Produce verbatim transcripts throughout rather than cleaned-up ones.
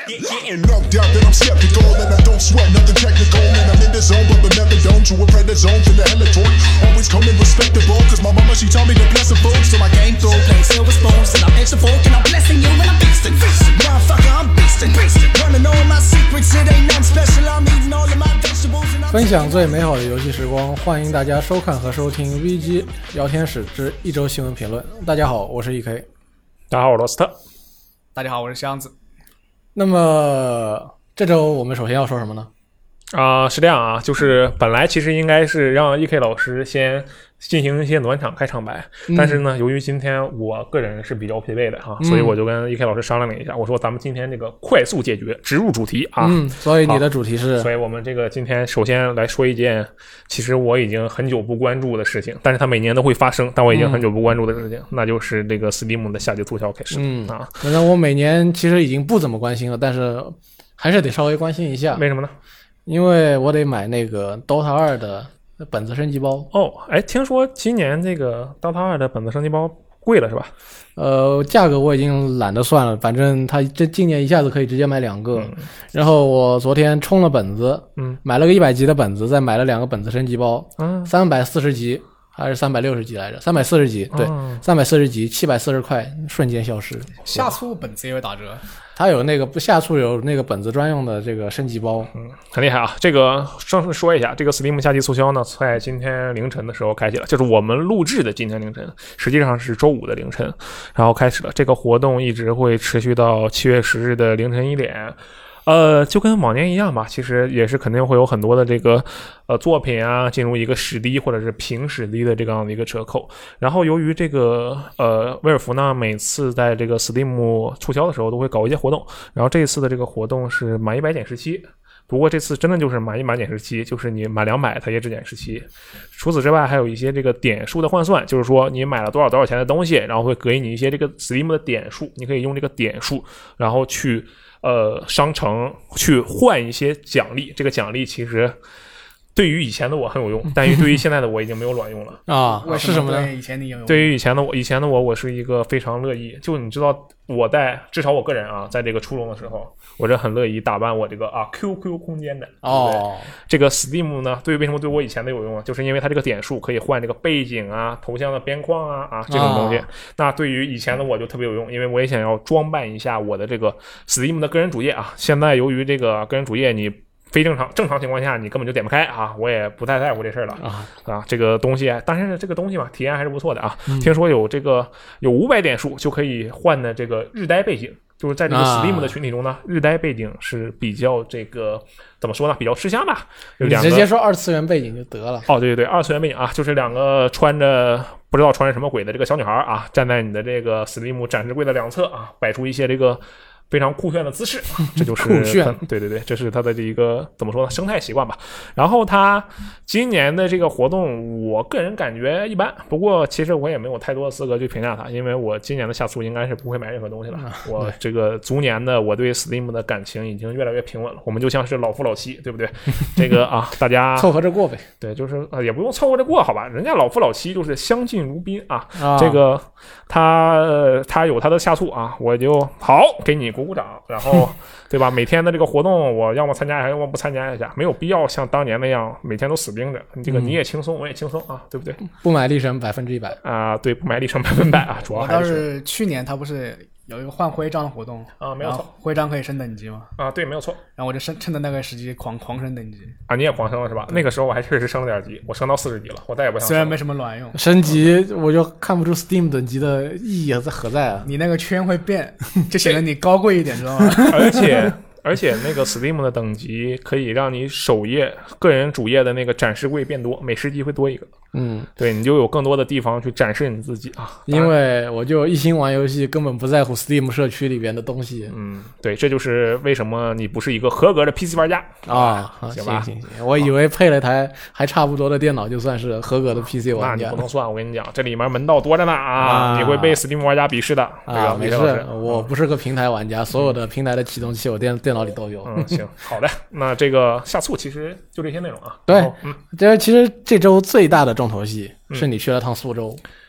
Getting knocked out, then I'm skeptical, and I don't sweat nothing technical, and I'm in the zone, but never known to a predator zone to the helitoid. Always coming respectable, cause my mama she taught me to bless the folks, so I came through playing silver spoons, and I'm extra folk, and I'm blessing you, and I'm beastin', motherfucker, I'm beastin', running all my secrets, it ain't nothing special, I'm eating all of my vegetables. 分享最美好的游戏时光，欢迎大家收看和收听 V G 聊天室之一周新闻评论。大家好，我是 E K。 大家好，我是罗斯特。 大家好，我是箱子。 那么这周我们首先要说什么呢？ 啊、呃，是这样啊，就是本来其实应该是让 E K 老师先进行一些暖场开场白、嗯、但是呢由于今天我个人是比较疲惫的哈、嗯、所以我就跟 E K 老师商量了一下，我说咱们今天这个快速解决直入主题啊。 嗯，所以你的主题是， 所以我们这个今天首先来说一件其实我已经很久不关注的事情，但是它每年都会发生，但我已经很久不关注的事情、嗯、那就是这个 Steam 的夏季促销开始。 嗯啊， 那我每年其实已经不怎么关心了，但是还是得稍微关心一下。 为什么呢？ 因为我得买那个 Dota 二的本子升级包。 哦，哎，听说今年这个 Dota 二的本子升级包贵了是吧？ 呃，价格我已经懒得算了，反正它这今年一下子可以直接买两个、嗯、然后我昨天充了本子，嗯，买了个一百级的本子，再买了两个本子升级包，嗯，三百四十级还是三百六十级来着？三百四十级，对，三百四十级，七百四十块，瞬间消失。 下促本子也会打折。 它有那个不下促有那个本子专用的这个升级包， 嗯，很厉害啊！这个上次说一下，这个 Steam 夏季促销呢，在今天凌晨的时候开启了，就是我们录制的今天凌晨，实际上是周五的凌晨，然后开始了。这个活动一直会持续到七月十日的凌晨一点。呃，就跟往年一样吧，其实也是肯定会有很多的这个呃作品啊进入一个史低或者是平史低的这样的一个折扣。然后由于这个呃威尔福呢每次在这个 Steam 促销的时候都会搞一些活动，然后这一次的这个活动是满一百减十七。不过这次真的就是满一满减十七，就是你满两百它也只减十七。除此之外还有一些这个点数的换算，就是说你买了多少多少钱的东西，然后会给你一些这个 Steam 的点数，你可以用这个点数然后去呃，商城去换一些奖励，这个奖励其实对于以前的我很有用，但于对于现在的我已经没有卵用了啊！是什么呢？ 以前你有用？ 对于以前的我，以前的我，我是一个非常乐意，就你知道我在至少我个人啊，在这个初中的时候，我是很乐意打扮我这个啊 Q Q 空间的哦。 这个 Steam 呢，对于为什么对我以前的有用啊？就是因为它这个点数可以换这个背景啊、头像的边框啊啊这种东西、哦。那对于以前的我就特别有用，因为我也想要装扮一下我的这个 Steam 的个人主页啊。现在由于这个个人主页你非正常正常情况下你根本就点不开啊，我也不太在乎这事儿了啊啊，这个东西，但是这个东西嘛，体验还是不错的啊。嗯、听说有这个有五百点数就可以换的这个日呆背景，就是在这个 Steam 的群体中呢，啊、日呆背景是比较这个怎么说呢，比较吃香吧。有两个你直接说二次元背景就得了。 哦，对对对，二次元背景啊，就是两个穿着不知道穿着什么鬼的这个小女孩啊，站在你的这个 Steam 展示柜的两侧啊，摆出一些这个非常酷炫的姿势，这就是酷炫， 对对对，这是它的这一个怎么说呢，生态习惯吧。然后它今年的这个活动，我个人感觉一般，不过其实我也没有太多的资格去评价它，因为我今年的夏促应该是不会买任何东西了。啊、我这个逐年的我对 Steam 的感情已经越来越平稳了，我们就像是老夫老妻，对不对？这个啊，大家凑合着过呗。 对，就是呃也不用凑合着过，好吧？人家老夫老妻就是相敬如宾啊。 啊这个他呃他有他的夏促啊，我就好给你鼓鼓掌，然后对吧？每天的这个活动，我要么参加，要么不参加一下，没有必要像当年那样每天都死盯着。这个你也轻松，嗯、我也轻松啊，对不对？ 不买力神百分之一百啊，对，不买力神百分百啊，主要还是。 我倒是去年他不是有一个换徽章的活动啊，没有错， 徽章可以升等级吗？ 啊，对，没有错。 然后我就升趁着那个时机狂狂升等级啊，你也狂升了是吧？那个时候我还确实升了点级，我升到四十级了，我再也不想升了。 虽然没什么卵用， 升级我就看不出 Steam 等级的意义在何在啊？ 你那个圈会变，就显得你高贵一点，知道吗？ 而且。而且那个 Steam 的等级可以让你首页个人主页的那个展示柜变多，每十级会多一个。嗯，对，你就有更多的地方去展示你自己啊。 因为我就一心玩游戏，根本不在乎 Steam 社区里边的东西。 嗯，对，这就是为什么你不是一个合格的 P C 玩家啊。 行吧， 行行行，我以为配了台还差不多的电脑就算是合格的 P C 玩家。 那你不能算，我跟你讲，这里面门道多着呢啊！啊你会被 Steam 玩家鄙视的。 啊， 这个没事，我不是个平台玩家，所有的平台的启动器我电电脑里都有。 嗯，行，好的，那这个下促其实就这些内容啊。 对， 嗯， 这其实这周最大的重头戏是你去了趟苏州。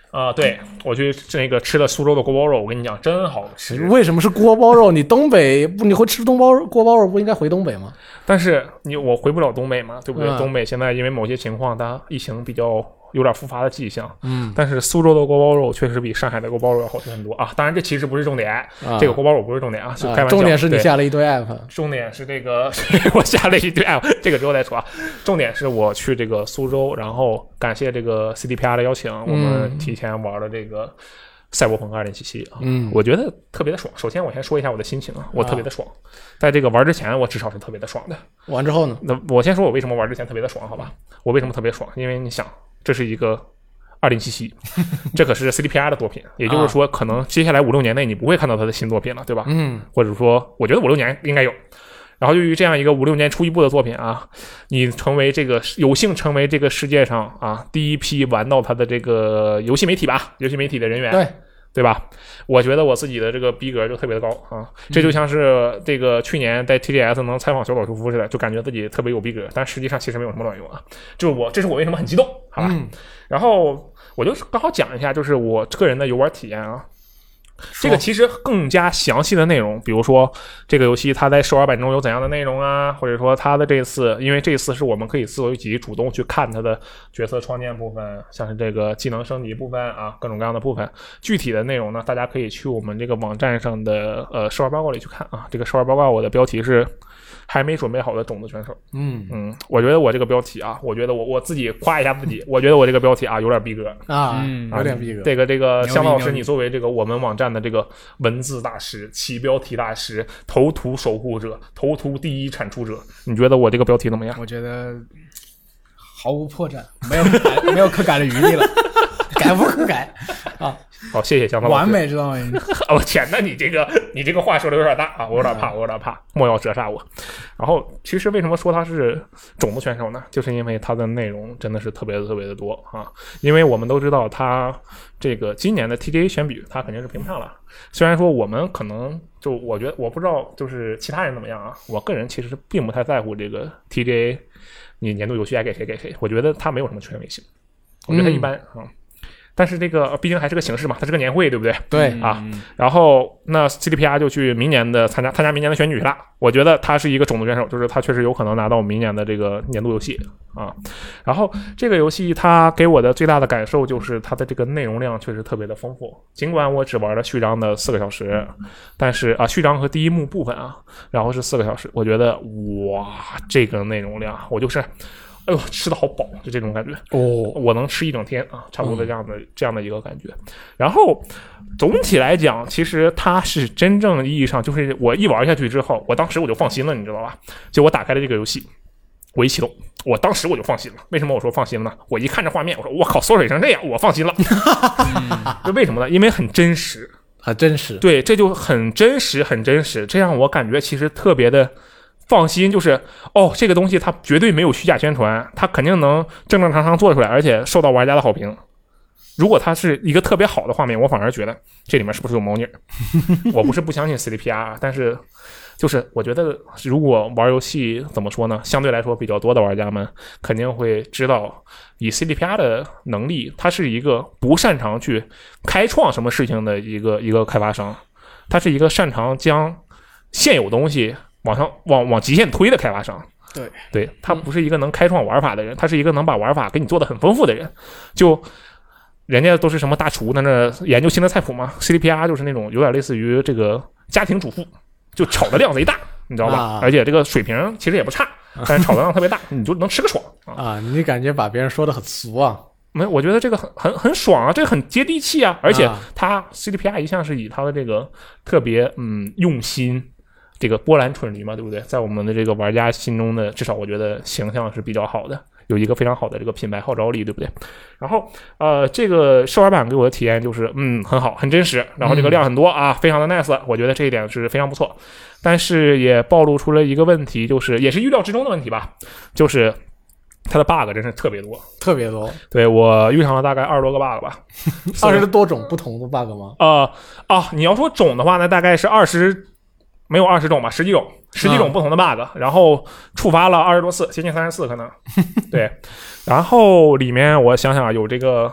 啊、呃，对我去那个吃的苏州的锅包肉，我跟你讲真好吃。 为什么是锅包肉？你东北不你会吃东包锅包肉不应该回东北吗？ 但是你我回不了东北嘛，对不对？ 嗯、 东北现在因为某些情况，它疫情比较有点复发的迹象。 嗯， 但是苏州的锅包肉确实比上海的锅包肉要好吃很多啊。当然这其实不是重点，啊、这个锅包肉不是重点啊，是开玩笑。 重点是你下了一堆 app。 重点是这个我下了一堆 app， 这个之后再说啊。重点是我去这个苏州，然后感谢这个 C D P R 的邀请，我们提前玩了这个赛博朋克二零七七啊， 嗯， 我觉得特别的爽。首先我先说一下我的心情啊，我特别的爽。啊、在这个玩之前，我至少是特别的爽的。 玩之后呢？ 那我先说我为什么玩之前特别的爽，好吧？我为什么特别爽？因为你想，这是一个二零七七，这可是 C D P R 的作品，也就是说，可能接下来五六年内你不会看到他的新作品了，对吧？ 嗯， 或者说，我觉得五六年应该有。然后，由于这样一个五六年出一部的作品啊，你成为这个有幸成为这个世界上啊第一批玩到它的这个游戏媒体吧，游戏媒体的人员， 对对吧？我觉得我自己的这个逼格就特别的高啊，这就像是这个去年在 T G S 能采访小岛秀夫似的，就感觉自己特别有逼格，但实际上其实没有什么卵用啊。就是我，这是我为什么很激动，好吧？嗯、然后我就刚好讲一下，就是我个人的游玩体验啊。这个其实更加详细的内容，比如说这个游戏它在试玩版中有怎样的内容啊，或者说它的这次，因为这次是我们可以自由级主动去看它的角色创建部分，像是这个技能升级部分啊，各种各样的部分。具体的内容呢，大家可以去我们这个网站上的呃试玩报告里去看啊。这个试玩报告我的标题是还没准备好的种子选手。 嗯嗯，我觉得我这个标题啊，我觉得我我自己夸一下自己，我觉得我这个标题啊有点逼格啊， 嗯， 有点逼格。 这个这个香老师，你作为这个我们网站的这个文字大师、起标题大师、头图守护者、头图第一产出者，你觉得我这个标题怎么样？ 我觉得毫无破绽，没有改没有可改的余地了，改不可改啊。 好，谢谢香老师， 完美，知道吗？ 哦天哪，你这个你这个话说的有点大啊，我有点怕，我有点怕，莫要折煞我。然后，其实为什么说他是种子选手呢？就是因为他的内容真的是特别的特别的多啊。因为我们都知道他这个今年的 T G A 选举，他肯定是评不上了。虽然说我们可能就我觉得我不知道就是其他人怎么样啊，我个人其实并不太在乎这个 T G A 你年度游戏爱给谁给谁，我觉得他没有什么权威性，我觉得他一般啊。嗯但是这个毕竟还是个形式嘛，它是个年会，对不对？ 对啊，然后那 C D P R 就去明年的参加参加明年的选举去了。我觉得他是一个种子选手，就是他确实有可能拿到明年的这个年度游戏啊。然后这个游戏它给我的最大的感受就是它的这个内容量确实特别的丰富。尽管我只玩了序章的四个小时，但是啊序章和第一幕部分啊，然后是四个小时，我觉得哇这个内容量我就是。哎呦，吃的好饱，就这种感觉哦， 我能吃一整天啊，差不多的这样的、嗯、这样的一个感觉。然后总体来讲，其实它是真正意义上，就是我一玩下去之后，我当时我就放心了，你知道吧？就我打开了这个游戏，我一启动，我当时我就放心了。为什么我说放心了呢？我一看这画面，我说我靠，缩水成这样，我放心了。这为什么呢？因为很真实， 很真实。 对，这就很真实，很真实，这让我感觉其实特别的。放心，就是哦，这个东西它绝对没有虚假宣传，它肯定能正正常常做出来，而且受到玩家的好评。如果它是一个特别好的画面，我反而觉得这里面是不是有猫腻？我不是不相信 C D P R， 但是就是我觉得，如果玩游戏怎么说呢，相对来说比较多的玩家们肯定会知道，以 C D P R 的能力，它是一个不擅长去开创什么事情的一个一个开发商，它是一个擅长将现有东西。往上往往极限推的开发商， 对对，他不是一个能开创玩法的人，他是一个能把玩法给你做的很丰富的人。就人家都是什么大厨在那研究新的菜谱嘛 ，C D P R 就是那种有点类似于这个家庭主妇，就炒的量贼大，你知道吧？ 啊、 而且这个水平其实也不差，但是炒的量特别大，你就能吃个爽啊！ 啊，你感觉把别人说的很俗啊？ 没，我觉得这个很很很爽啊，这个很接地气啊，而且他 C D P R 一向是以他的这个特别嗯用心。这个波澜蠢驴嘛，对不对？在我们的这个玩家心中的，至少我觉得形象是比较好的，有一个非常好的这个品牌号召力，对不对？然后呃，这个试玩版给我的体验就是，嗯，很好，很真实，然后这个量很多啊，非常的 nice， 我觉得这一点是非常不错。但是也暴露出了一个问题，就是也是预料之中的问题吧，就是它的 bug 真是特别多， 特别多。 对，我遇上了大概二十多个 bug 吧， 二十多种不同的 bug 吗？ 呃啊，你要说种的话，那大概是二十。没有二十种吧，十几种，十几种不同的 bug，、嗯、然后触发了二十多次，接近三十四可能。对，然后里面我想想有这个，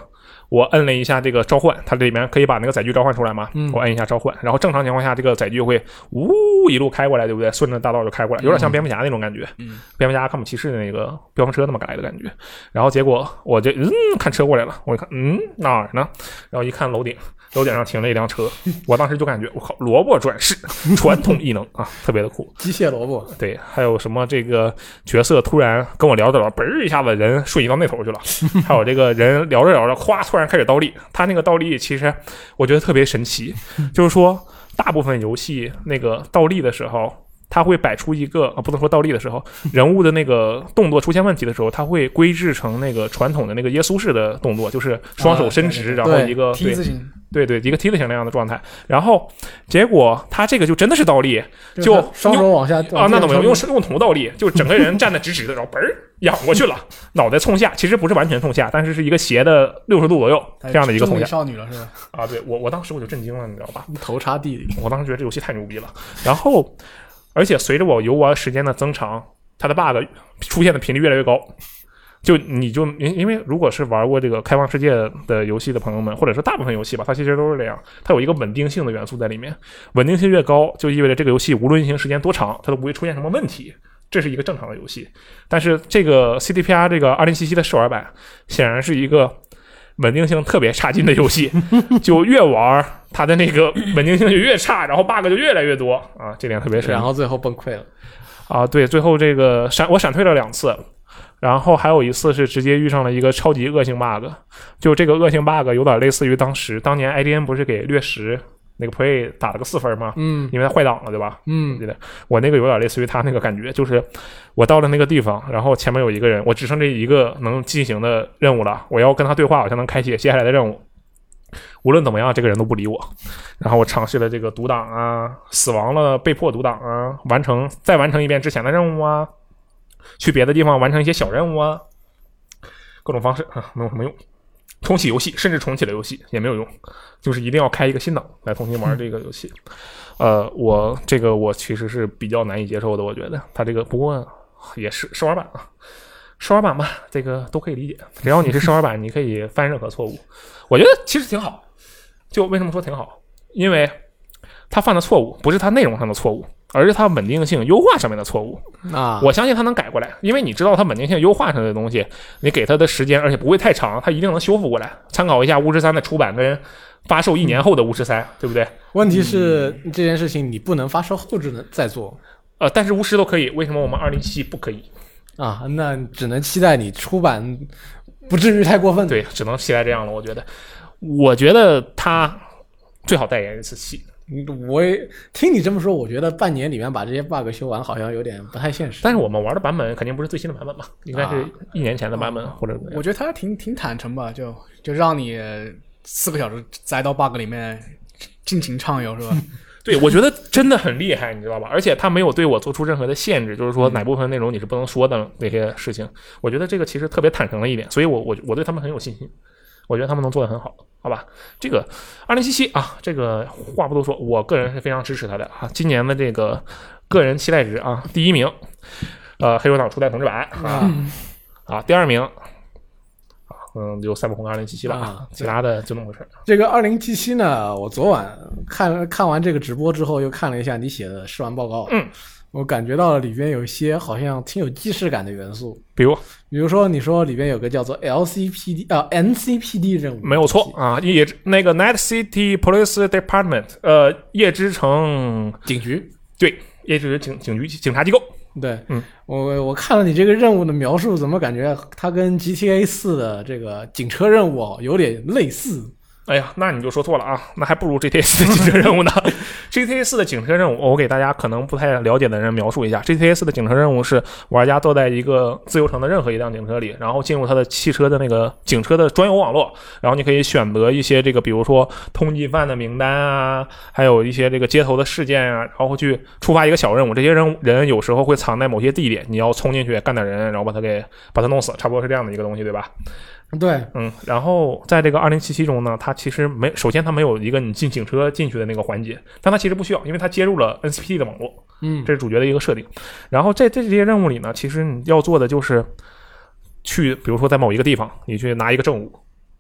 我摁了一下这个召唤，它里面可以把那个载具召唤出来嘛？ 嗯， 我摁一下召唤，然后正常情况下这个载具会呜一路开过来，对不对？顺着大道就开过来，有点像蝙蝠侠那种感觉。 嗯， 蝙蝠侠康姆骑士的那个飙风车那么改的感觉。然后结果我就嗯看车过来了，我一看嗯哪儿呢？然后一看楼顶，楼顶上停了一辆车，我当时就感觉我靠，萝卜转世，传统异能啊，特别的酷。 机械萝卜。 对，还有什么这个角色突然跟我聊着聊，嘣一下子人瞬移到那头去了，还有这个人聊着聊着，哗突然开始倒立。他那个倒立其实我觉得特别神奇，就是说大部分游戏那个倒立的时候，它会摆出一个啊，不能说倒立的时候，人物的那个动作出现问题的时候，它会规制成那个传统的那个耶稣式的动作，就是双手伸直， 啊、 然后一个梯字形， 对对，一个梯子形那样的状态。然后结果他这个就真的是倒立，就双手往下啊，那怎么用？用用头倒立，就整个人站得直直的，然后嘣儿仰过去了，脑袋冲下，其实不是完全冲下，但是是一个斜的六十度左右这样的一个冲下。 少女了是吧？ 啊，对我我当时我就震惊了，你知道吧？ 头插地里， 我当时觉得这游戏太牛逼了。然后。而且随着我游玩时间的增长，它的 bug 出现的频率越来越高。就你就因因为如果是玩过这个开放世界的游戏的朋友们，或者说大部分游戏吧，它其实都是这样，它有一个稳定性的元素在里面。稳定性越高，就意味着这个游戏无论运行时间多长，它都不会出现什么问题。这是一个正常的游戏。但是这个 C D P R 这个二零七七的试玩版，显然是一个稳定性特别差劲的游戏，就越玩它的那个稳定性就越差，然后 bug 就越来越多啊，这点特别神。 然后最后崩溃了啊，对，最后这个闪我闪退了两次，然后还有一次是直接遇上了一个超级恶性 bug， 就这个恶性 bug 有点类似于当时当年 I D N 不是给掠食那个 Prey 打了个四分吗？ 嗯， 因为他坏档了，对吧？ 嗯， 我记得我那个有点类似于他那个感觉，就是我到了那个地方，然后前面有一个人，我只剩这一个能进行的任务了，我要跟他对话，我才能开启接下来的任务。无论怎么样，这个人都不理我。然后我尝试了这个读档啊，死亡了被迫读档啊，完成再完成一遍之前的任务啊，去别的地方完成一些小任务啊，各种方式啊，没有什么用。重启游戏，甚至重启了游戏也没有用，就是一定要开一个新档来重新玩这个游戏。呃，我这个我其实是比较难以接受的，我觉得它这个不过也是试玩版啊，试玩版吧，这个都可以理解。只要你是试玩版，你可以犯任何错误，我觉得其实挺好。就为什么说挺好？因为他犯的错误不是他内容上的错误，而是它稳定性优化上面的错误啊！ 我相信它能改过来，因为你知道它稳定性优化上的东西，你给它的时间，而且不会太长，它一定能修复过来。参考一下巫师三的出版跟发售一年后的巫师三，嗯、对不对？ 问题是、嗯、这件事情你不能发售后只能再做， 呃，但是巫师都可以，为什么我们二零七七不可以？ 啊，那只能期待你出版不至于太过分。 对，只能期待这样了。我觉得，我觉得他最好代言一次戏。 我也听你这么说，我觉得半年里面把这些 bug 修完好像有点不太现实。 但是我们玩的版本肯定不是最新的版本吧？应该是一年前的版本、啊、或者我觉得他挺挺坦诚吧，就就让你四个小时栽到 bug 里面尽情畅游，是吧？ 对，我觉得真的很厉害，你知道吧？而且他没有对我做出任何的限制，就是说哪部分内容你是不能说的那些事情。我觉得这个其实特别坦诚的一点，所以我我我对他们很有信心。我觉得他们能做得很好，好吧？这个二零七七啊，这个话不多说，我个人是非常支持他的啊。今年的这个个人期待值啊，第一名，呃，黑手党初代同志版啊，啊，第二名啊，嗯，就赛博朋克二零七七吧，啊，其他的就那么回事。 这个二零七七呢，我昨晚看看完这个直播之后，又看了一下你写的试玩报告， 嗯。 我感觉到里边有一些好像挺有既视感的元素， 比如， 比如说你说里边有个叫做 L C P D 啊 N C P D 任务， 没有错啊，也那个 Night City Police Department， 呃，夜之城警局， 对，夜之警警局警察机构， 对， 嗯， 我我看了你这个任务的描述，怎么感觉它跟 G T A 四的这个警车任务有点类似？ 哎呀，那你就说错了啊，那还不如 G T A 四的警车任务呢。G T A 四的警车任务，我给大家可能不太了解的人描述一下。G T A 四的警车任务是玩家坐在一个自由城的任何一辆警车里，然后进入它的汽车的那个警车的专有网络，然后你可以选择一些这个，比如说通缉犯的名单啊，还有一些这个街头的事件啊，然后去触发一个小任务。这些人人有时候会藏在某些地点，你要冲进去干点人，然后把他给把他弄死，差不多是这样的一个东西，对吧？ 对， 嗯，然后在这个二零七七中呢，它其实没，首先它没有一个你进警车进去的那个环节，但它其实不需要，因为它接入了 N C P D 的网络， 嗯， 这是主角的一个设定。然后在这些任务里呢，其实你要做的就是去，比如说在某一个地方，你去拿一个证物，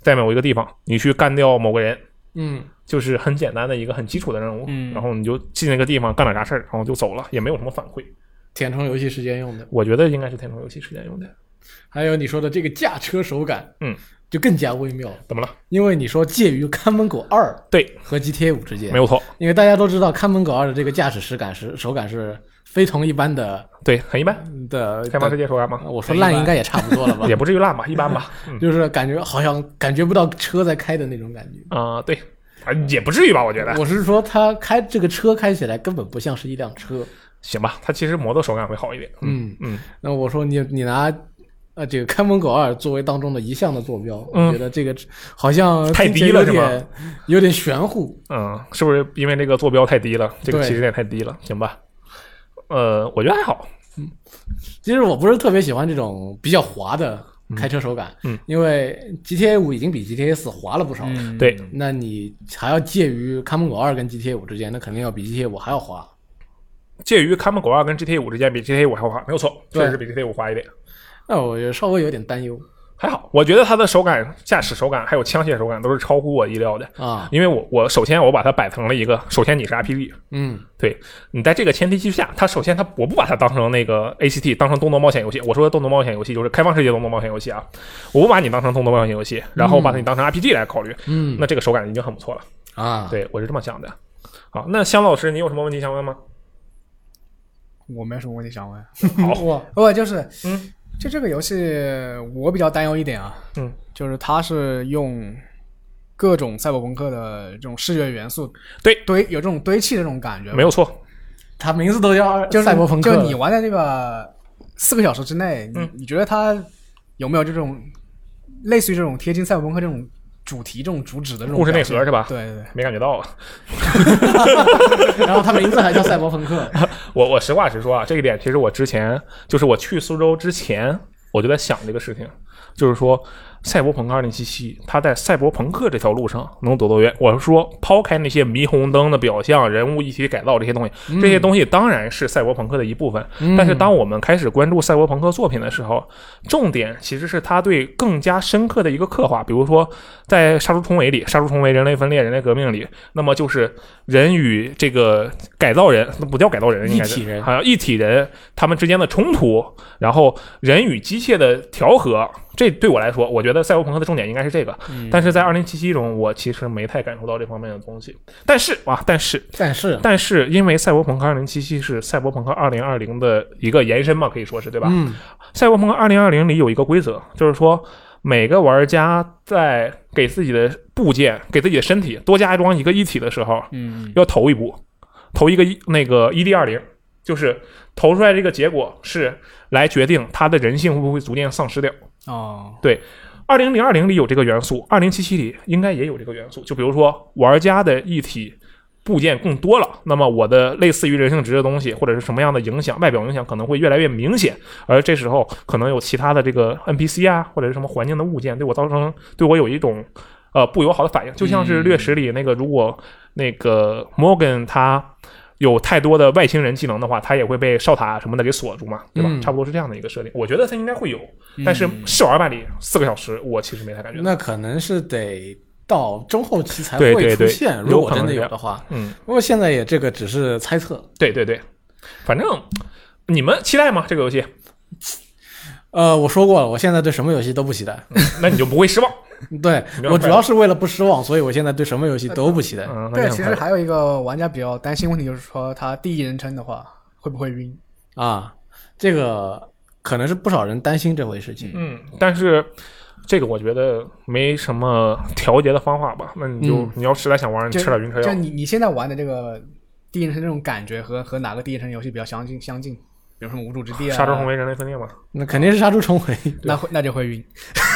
在某一个地方，你去干掉某个人， 嗯， 就是很简单的一个很基础的任务， 嗯， 然后你就进那个地方干点啥事儿，然后就走了，也没有什么反馈。 填充游戏时间用的， 我觉得应该是填充游戏时间用的。 还有你说的这个驾车手感， 嗯， 就更加微妙了。 怎么了？ 因为你说介于看门狗二对和 G T A 五之间， 没有错。 因为大家都知道看门狗二的这个驾驶实感是手感是非同一般的， 对，很一般的开放世界手感吗？ 我说烂应该也差不多了吧， 也不至于烂吧，一般吧， 嗯、就是感觉好像感觉不到车在开的那种感觉啊、呃，对，啊也不至于吧，我觉得。 我是说，它开这个车开起来根本不像是一辆车。 行吧，它其实摩托手感会好一点。嗯嗯， 那我说你你拿呃这个看门狗二作为当中的一项的坐标，嗯、我觉得这个好像太低了，是吗？ 有点玄乎。 嗯，是不是因为这个坐标太低了，这个起始点太低了？行吧。呃，我觉得还好。 嗯，其实我不是特别喜欢这种比较滑的开车手感， 嗯， 因为 G T A 五已经比 G T A 四滑了不少。 嗯，对， 那你还要介于看门狗二跟 G T A 五之间，那肯定要比 G T A 五还要滑。 介于看门狗二跟 G T A 五之间，比 G T A 五还滑，没有错，确实是比 G T A 五滑一点。 那我稍微有点担忧。 还好，我觉得它的手感、驾驶手感还有枪械手感都是超乎我意料的啊！ 因为我我首先我把它摆成了一个，首先你是 R P G， 嗯， 对，你在这个前提之下，它首先它我不把它当成那个 A C T， 当成动作冒险游戏。我说的动作冒险游戏就是开放世界动作冒险游戏啊，我不把你当成动作冒险游戏，然后把你当成 R P G 来考虑， 嗯， 那这个手感已经很不错了啊！ 对，我是这么想的。好，那香老师，你有什么问题想问吗？ 我没有什么问题想问。 好， 我我就是嗯。 就这个游戏，我比较担忧一点啊， 嗯， 就是它是用各种赛博朋克的这种视觉元素， 对堆有这种堆砌的这种感觉， 没有错， 它名字都叫赛博朋克。 就你玩在这个四个小时之内， 嗯、 你你觉得它有没有这种类似于这种贴近赛博朋克这种主题、这种主旨的这种故事内核是吧？ 对对对， 没感觉到啊。 然后它名字还叫赛博朋克。 我我实话实说啊，这一点其实我之前就是我去苏州之前，我就在想这个事情，就是说赛博朋克二零七七它在赛博朋克这条路上能走多远。我是说抛开那些霓虹灯的表象、人物一体改造这些东西、嗯、这些东西当然是赛博朋克的一部分、嗯、但是当我们开始关注赛博朋克作品的时候，重点其实是它对更加深刻的一个刻画。比如说在杀出重围里，杀出重围人类分裂人类革命里，那么就是人与这个改造人，那不叫改造人，应该是一体人， 好像一体人他们之间的冲突，然后人与机械的调和，这对我来说我觉得赛博朋克的重点应该是这个、嗯、但是在二零七七中我其实没太感受到这方面的东西。但是啊，但是但是但是因为赛博朋克二零七七是赛博朋克二零二零的一个延伸嘛，可以说是对吧、 嗯、 赛博朋克二零二零里有一个规则，就是说每个玩家在给自己的部件给自己的身体多加装一个一体的时候， 嗯， 要投一步，投一个那个 E D 二十，就是投出来这个结果是来决定他的人性会不会逐渐丧失掉。 哦， 对，二零零二零里有这个元素，二零七七里应该也有这个元素。就比如说玩家的一体部件更多了，那么我的类似于人性值的东西或者是什么样的影响，外表影响可能会越来越明显，而这时候可能有其他的这个 N P C 啊或者是什么环境的物件对我造成对我有一种呃不友好的反应。就像是掠食里那个，如果那个 Morgan 他有太多的外星人技能的话，他也会被哨塔什么的给锁住嘛，对吧、嗯、差不多是这样的一个设定。我觉得他应该会有，但是试玩版里四个小时我其实没太感觉。 那可能是得到中后期才会出现， 对对对， 如果真的有的话。 嗯， 不过现在也这个只是猜测。 对对对，反正你们期待吗这个游戏？ 呃，我说过了，我现在对什么游戏都不期待。 嗯、那你就不会失望。 对，我主要是为了不失望，所以我现在对什么游戏都不期待。 嗯、 对，其实还有一个玩家比较担心问题，就是说他第一人称的话会不会晕啊？这个可能是不少人担心这回事情。 嗯，但是这个我觉得没什么调节的方法吧。那你就、嗯、你要实在想玩，你吃点晕车药。 就你你现在玩的这个第一人称这种感觉和和哪个第一人称游戏比较相近相近？比如说无主之地啊， 杀出重围人类分裂嘛， 那肯定是杀出重围， 那会那就会晕。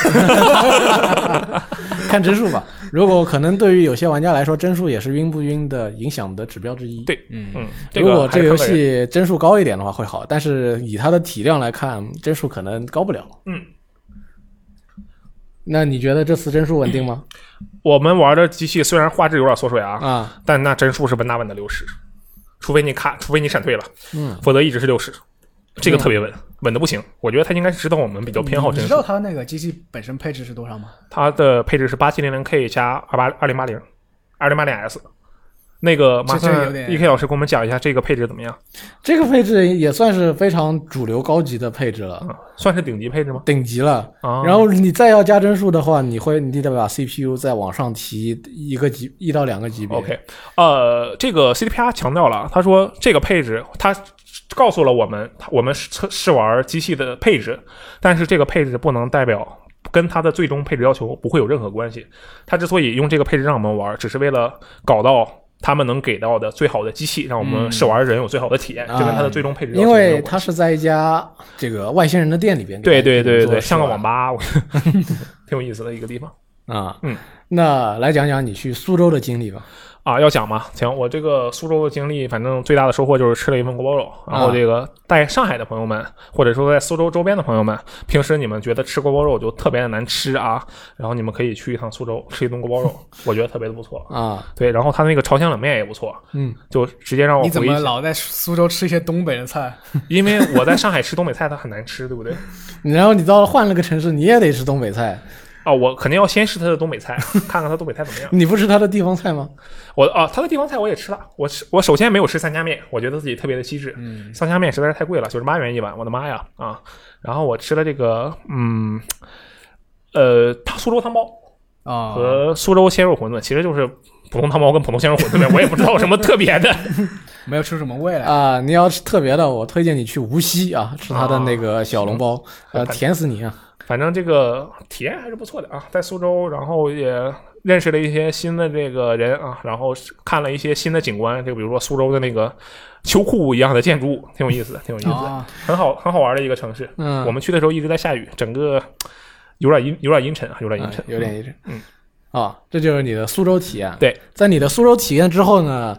看帧数吧，如果可能对于有些玩家来说，帧数也是晕不晕的影响的指标之一。 对， 嗯嗯， 如果这个游戏帧数高一点的话会好，但是以它的体量来看，帧数可能高不了。 嗯， 那你觉得这次帧数稳定吗？ 我们玩的机器虽然画质有点缩水啊， 啊， 但那帧数是稳打稳的六十，除非你卡，除非你闪退了， 嗯， 否则一直是六十。 这个特别稳，稳的不行。我觉得它应该是知道我们比较偏好帧数。 你知道它那个机器本身配置是多少吗？ 它的配置是八七零零 K 加二八二零八零二零八零 S。那个麻烦 E K 老师给我们讲一下这个配置怎么样？ 这个配置也算是非常主流高级的配置了， 嗯、算是顶级配置吗？ 顶级了、 啊。 然后你再要加帧数的话，你会你得把 C P U 再往上提一个级一到两个级别。 OK， 呃，这个 C D P R 强调了，他说这个配置他告诉了我们，我们是试玩机器的配置，但是这个配置不能代表。跟它的最终配置要求不会有任何关系。它之所以用这个配置让我们玩，只是为了搞到他们能给到的最好的机器，让我们试玩人有最好的体验。这、嗯、跟它的最终配置要求因为它是在一家这个外星人的店里边。 对对对对，像个网吧，挺有意思的一个地方啊。嗯，那来讲讲你去苏州的经历吧。 啊，要讲吗？行，我这个苏州的经历，反正最大的收获就是吃了一份锅包肉。然后这个在上海的朋友们，或者说在苏州周边的朋友们，平时你们觉得吃锅包肉就特别的难吃啊，然后你们可以去一趟苏州吃一顿锅包肉，我觉得特别的不错啊。对， 然后他那个朝鲜冷面也不错， 嗯， 就直接让我回忆。 你怎么老在苏州吃一些东北的菜？ 因为我在上海吃东北菜，它很难吃，对不对？ 然后你到了换了个城市，你也得吃东北菜。 哦，我肯定要先试他的东北菜，看看他东北菜怎么样。 你不吃他的地方菜吗？ 我啊，他的地方菜我也吃了。我吃，我首先没有吃三家面，我觉得自己特别的机智。嗯，三家面实在是太贵了，九十八元一碗，我的妈呀啊！然后我吃了这个，嗯，呃，苏州汤包啊和苏州鲜肉馄饨，其实就是普通汤包跟普通鲜肉馄饨呗，我也不知道有什么特别的， 没有吃什么味来啊。你要吃特别的，我推荐你去无锡啊，吃他的那个小笼包，呃、啊，甜死你啊！ 反正这个体验还是不错的啊，在苏州，然后也认识了一些新的这个人啊，然后看了一些新的景观，就比如说苏州的那个秋库一样的建筑物，挺有意思的，挺有意思的，哦、很好很好玩的一个城市。 嗯， 我们去的时候一直在下雨，整个有点阴有点阴沉啊，有点阴沉， 嗯、有点阴沉。 嗯， 啊、哦，这就是你的苏州体验。 对， 在你的苏州体验之后呢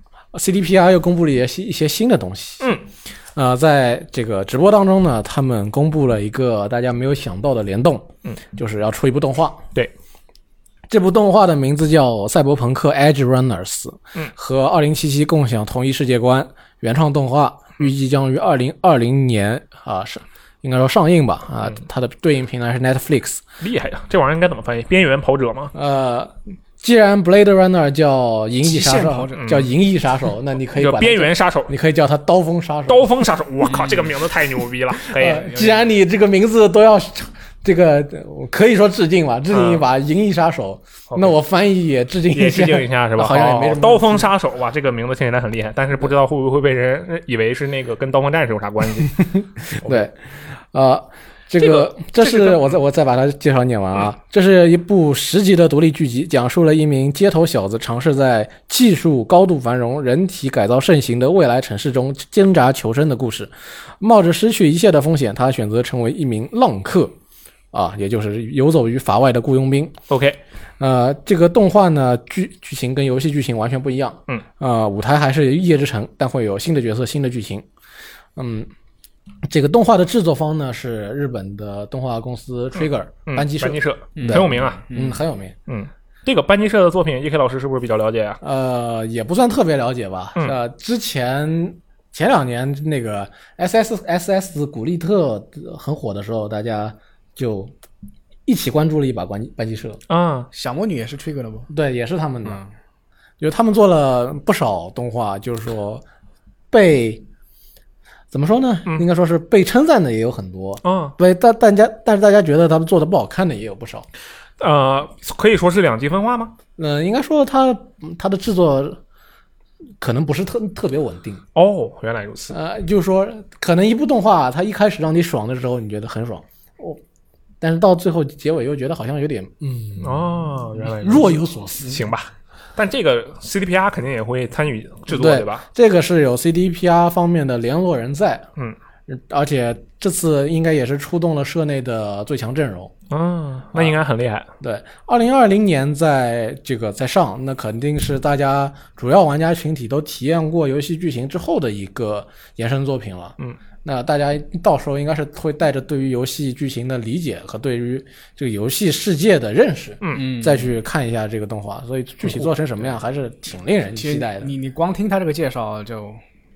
，C D P R 又公布了一些一些新的东西。 嗯。 呃，在这个直播当中呢，他们公布了一个大家没有想到的联动， 嗯， 就是要出一部动画。 对， 这部动画的名字叫《赛博朋克 Edge Runners》， 嗯， 和二零七七共享同一世界观，原创动画预计将于二零二零年啊是应该说上映吧啊、嗯，它的对应平台是 Netflix。 厉害呀，这玩意儿应该怎么翻译？边缘跑者吗？ 呃。既然 Blade Runner 叫银翼杀手，叫银翼杀手，那你可以叫边缘杀手， 你可以叫他刀锋杀手。 刀锋杀手，我靠，这个名字太牛逼了！可以、 呃，既然你这个名字都要这个，可以说致敬吧，致敬一把银翼杀手。嗯、那我翻译也致敬一下， 也致敬一下是吧？ 好像也没什么。 刀锋杀手哇，这个名字听起来很厉害，但是不知道会不会被人以为是那个跟刀锋战士有啥关系？ 对，呃。这个这是我再我再把它介绍念完啊，这是一部十集的独立剧集，讲述了一名街头小子尝试在技术高度繁荣、人体改造盛行的未来城市中挣扎求生的故事。冒着失去一切的风险，他选择成为一名浪客啊，也就是游走于法外的雇佣兵。 OK， 呃，这个动画呢剧剧情跟游戏剧情完全不一样。 嗯， 呃，舞台还是夜之城，但会有新的角色、新的剧情。嗯。这个动画的制作方呢是日本的动画公司 Trigger、 嗯、 班机社， 班机社、嗯、很有名啊， 嗯，很有名， 嗯，这个班机社的作品 E K 老师是不是比较了解啊？ 呃，也不算特别了解吧， 嗯、 呃，之前前两年那个 S S S S 古力特很火的时候，大家就一起关注了一把班班机社啊， 小魔女也是 Trigger 的不？ 对，也是他们的， 嗯、 就他们做了不少动画，就是说被。怎么说呢、嗯、应该说是被称赞的也有很多， 嗯， 对，但大家但是大家觉得他们做的不好看的也有不少， 呃，可以说是两极分化吗？ 嗯、呃，应该说他他的制作可能不是特特别稳定。 哦，原来如此。 呃，就是说可能一部动画它一开始让你爽的时候你觉得很爽，哦，但是到最后结尾又觉得好像有点嗯哦，原来若有所思。 行吧。但这个 C D P R 肯定也会参与制作， 对, 对吧？ 这个是有 C D P R 方面的联络人在， 嗯， 而且这次应该也是出动了社内的最强阵容， 嗯，那应该很厉害。 啊、对，二零二零年在这个在上，那肯定是大家主要玩家群体都体验过游戏剧情之后的一个延伸作品了， 嗯。 那大家到时候应该是会带着对于游戏剧情的理解和对于这个游戏世界的认识， 嗯， 再去看一下这个动画，所以具体做成什么样还是挺令人期待的。 你你光听他这个介绍就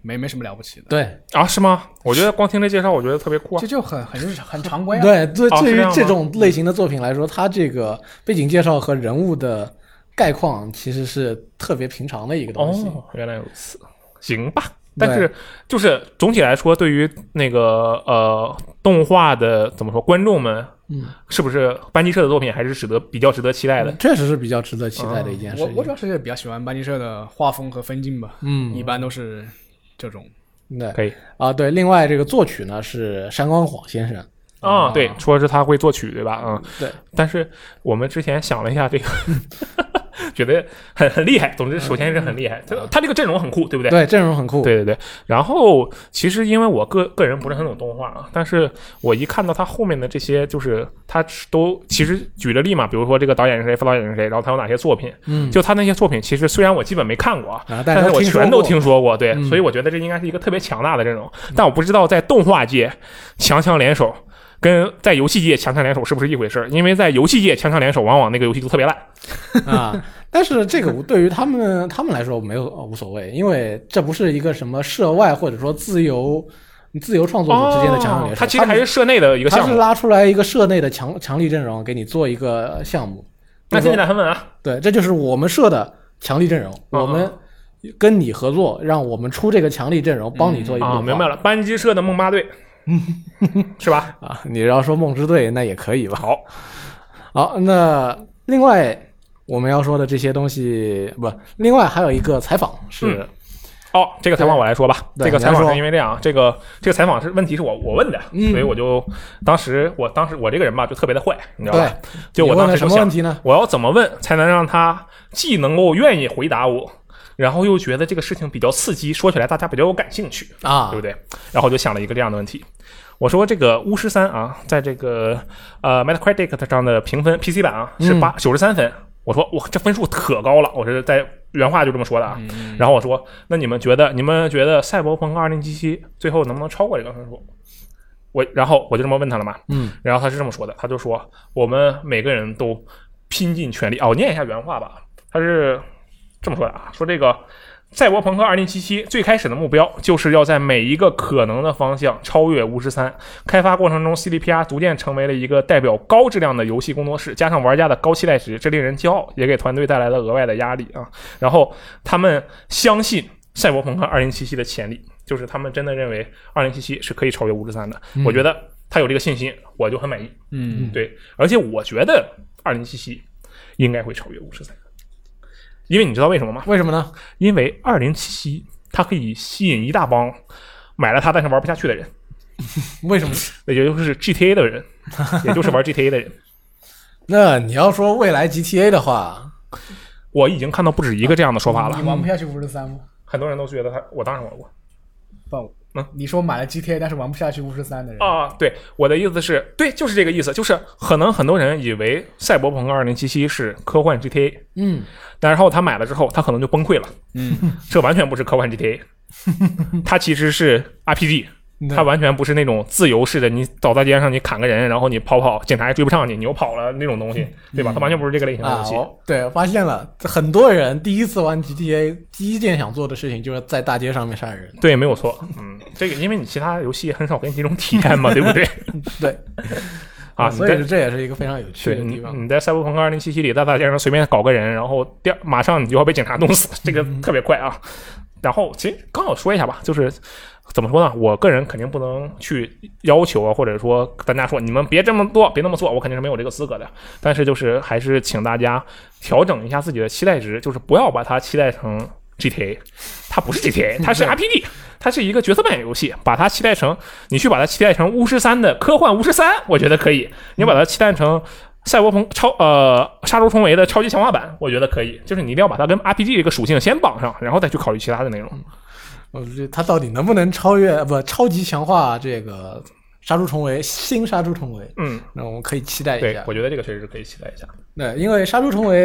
没没什么了不起的。 对啊，是吗？我觉得光听这介绍，我觉得特别酷啊。 这就很很日常很常规啊。 对，对， 哦对于是这样吗这种类型的作品来说，它这个背景介绍和人物的概况其实是特别平常的一个东西。 哦，原来如此，行吧。但是就是总体来说，对于那个呃动画的怎么说，观众们，嗯，是不是班级社的作品还是值得比较值得期待的？ 嗯确实是比较值得期待的一件事情。 我我主要是比较喜欢班级社的画风和分镜吧， 嗯， 一般都是这种。 对， 可以啊，对。另外，这个作曲呢是山光晃先生。 啊、对，说是他会作曲，对吧？嗯， 对。 但是我们之前想了一下，这个觉得很很厉害。总之，首先是很厉害，他他这个阵容很酷，对不对？ 对，阵容很酷。 对对对。然后其实因为我个个人不是很懂动画啊，但是我一看到他后面的这些，就是他都其实举了例嘛，比如说这个导演是谁，副导演是谁，然后他有哪些作品， 嗯， 就他那些作品，其实虽然我基本没看过， 啊， 但但是我全都听说过，对， 嗯、 所以我觉得这应该是一个特别强大的阵容。但我不知道在动画界强强联手跟在游戏界强强联手是不是一回事？因为在游戏界强强联手，往往那个游戏就特别烂啊。但是这个对于他们他们来说没有无所谓，因为这不是一个什么社外或者说自由自由创作者之间的强强联手， 它、哦、其实还是社内的一个项目， 它是拉出来一个社内的强强力阵容给你做一个项目。 那听起来很稳啊。 对，这就是我们社的强力阵容， 嗯、 我们跟你合作，让我们出这个强力阵容，帮你做一个、 嗯、啊，明白了，班级社的梦八队。是吧？ 啊，你要说梦之队那也可以吧。 好， 好，那另外我们要说的这些东西，不，另外还有一个采访是， 嗯、哦，这个采访我来说吧。这个采访是因为这样，这个这个采访是问题是我我问的， 嗯、 所以我就当时我当时我这个人吧就特别的坏，你知道吧？就我当时就想，什么问题呢？ 我要怎么问才能让他既能够愿意回答我？然后又觉得这个事情比较刺激，说起来大家比较有感兴趣啊， 对不对？然后我就想了一个这样的问题，我说这个巫师三啊，在这个呃 Metacritic 上的评分 P C 版啊是八九十三分，我说哇这分数可高了，我是在原话就这么说的啊。 嗯、 然后我说那你们觉得你们觉得赛博朋克二零七七最后能不能超过这个分数？我然后我就这么问他了嘛， 嗯， 然后他是这么说的，他就说我们每个人都拼尽全力，哦，我念一下原话吧，他是。这么说的啊，说这个赛博朋克二零七七最开始的目标就是要在每一个可能的方向超越巫师三。开发过程中 C D P R 逐渐成为了一个代表高质量的游戏工作室，加上玩家的高期待值，这令人骄傲，也给团队带来了额外的压力啊。然后他们相信赛博朋克二零七七的潜力，就是他们真的认为二零七七是可以超越巫师三的、嗯、我觉得他有这个信心，我就很满意。 嗯， 对，而且我觉得二零七七应该会超越巫师三。因为你知道为什么吗？ 为什么呢？ 因为二零七七它可以吸引一大帮买了它但是玩不下去的人。 为什么？ 也就是 G T A 的人，也就是玩 G T A 的人。 那你要说未来 G T A 的话， 我已经看到不止一个这样的说法了。 你玩不下去巫师三吗？ 很多人都觉得他，我当然玩过。 不，嗯，你说买了 G T A 但是玩不下去巫师三的人啊，对，我的意思是，对，就是这个意思，就是可能很多人以为赛博朋克二零七七是科幻 G T A， 嗯， 然后他买了之后，他可能就崩溃了， 嗯， 这完全不是科幻 G T A， 它其实是 R P G。它完全不是那种自由式的，你走在街上你砍个人，然后你跑跑，警察也追不上你，你又跑了那种东西，对吧？它完全不是这个类型的游戏。 啊、对，发现了很多人第一次玩 G T A， 第一件想做的事情就是在大街上面杀人。 对，没有错。嗯，这个因为你其他游戏很少给你这种体验嘛，对不对？ 对。 啊， 所以这也是一个非常有趣的地方。 你, 你在赛博朋克二零七七里在大街上随便搞个人，然后第二马上你就要被警察弄死，这个特别快啊。然后其实刚好说一下吧，就是怎么说呢？我个人肯定不能去要求啊，或者说大家说你们别这么做，别那么做，我肯定是没有这个资格的。但是就是还是请大家调整一下自己的期待值，就是不要把它期待成 G T A， 它不是 G T A， 它是 R P G， 它是一个角色扮演游戏。把它期待成，你去把它期待成巫师三的科幻巫师三，我觉得可以。你把它期待成赛博朋超呃杀出重围的超级强化版，我觉得可以。就是你一定要把它跟 R P G 这个属性先绑上，然后再去考虑其他的内容。 我觉得它到底能不能超越不超级强化这个杀出重围新杀出重围？ 嗯， 那我们可以期待一下。 对，我觉得这个确实是可以期待一下。 对，因为杀出重围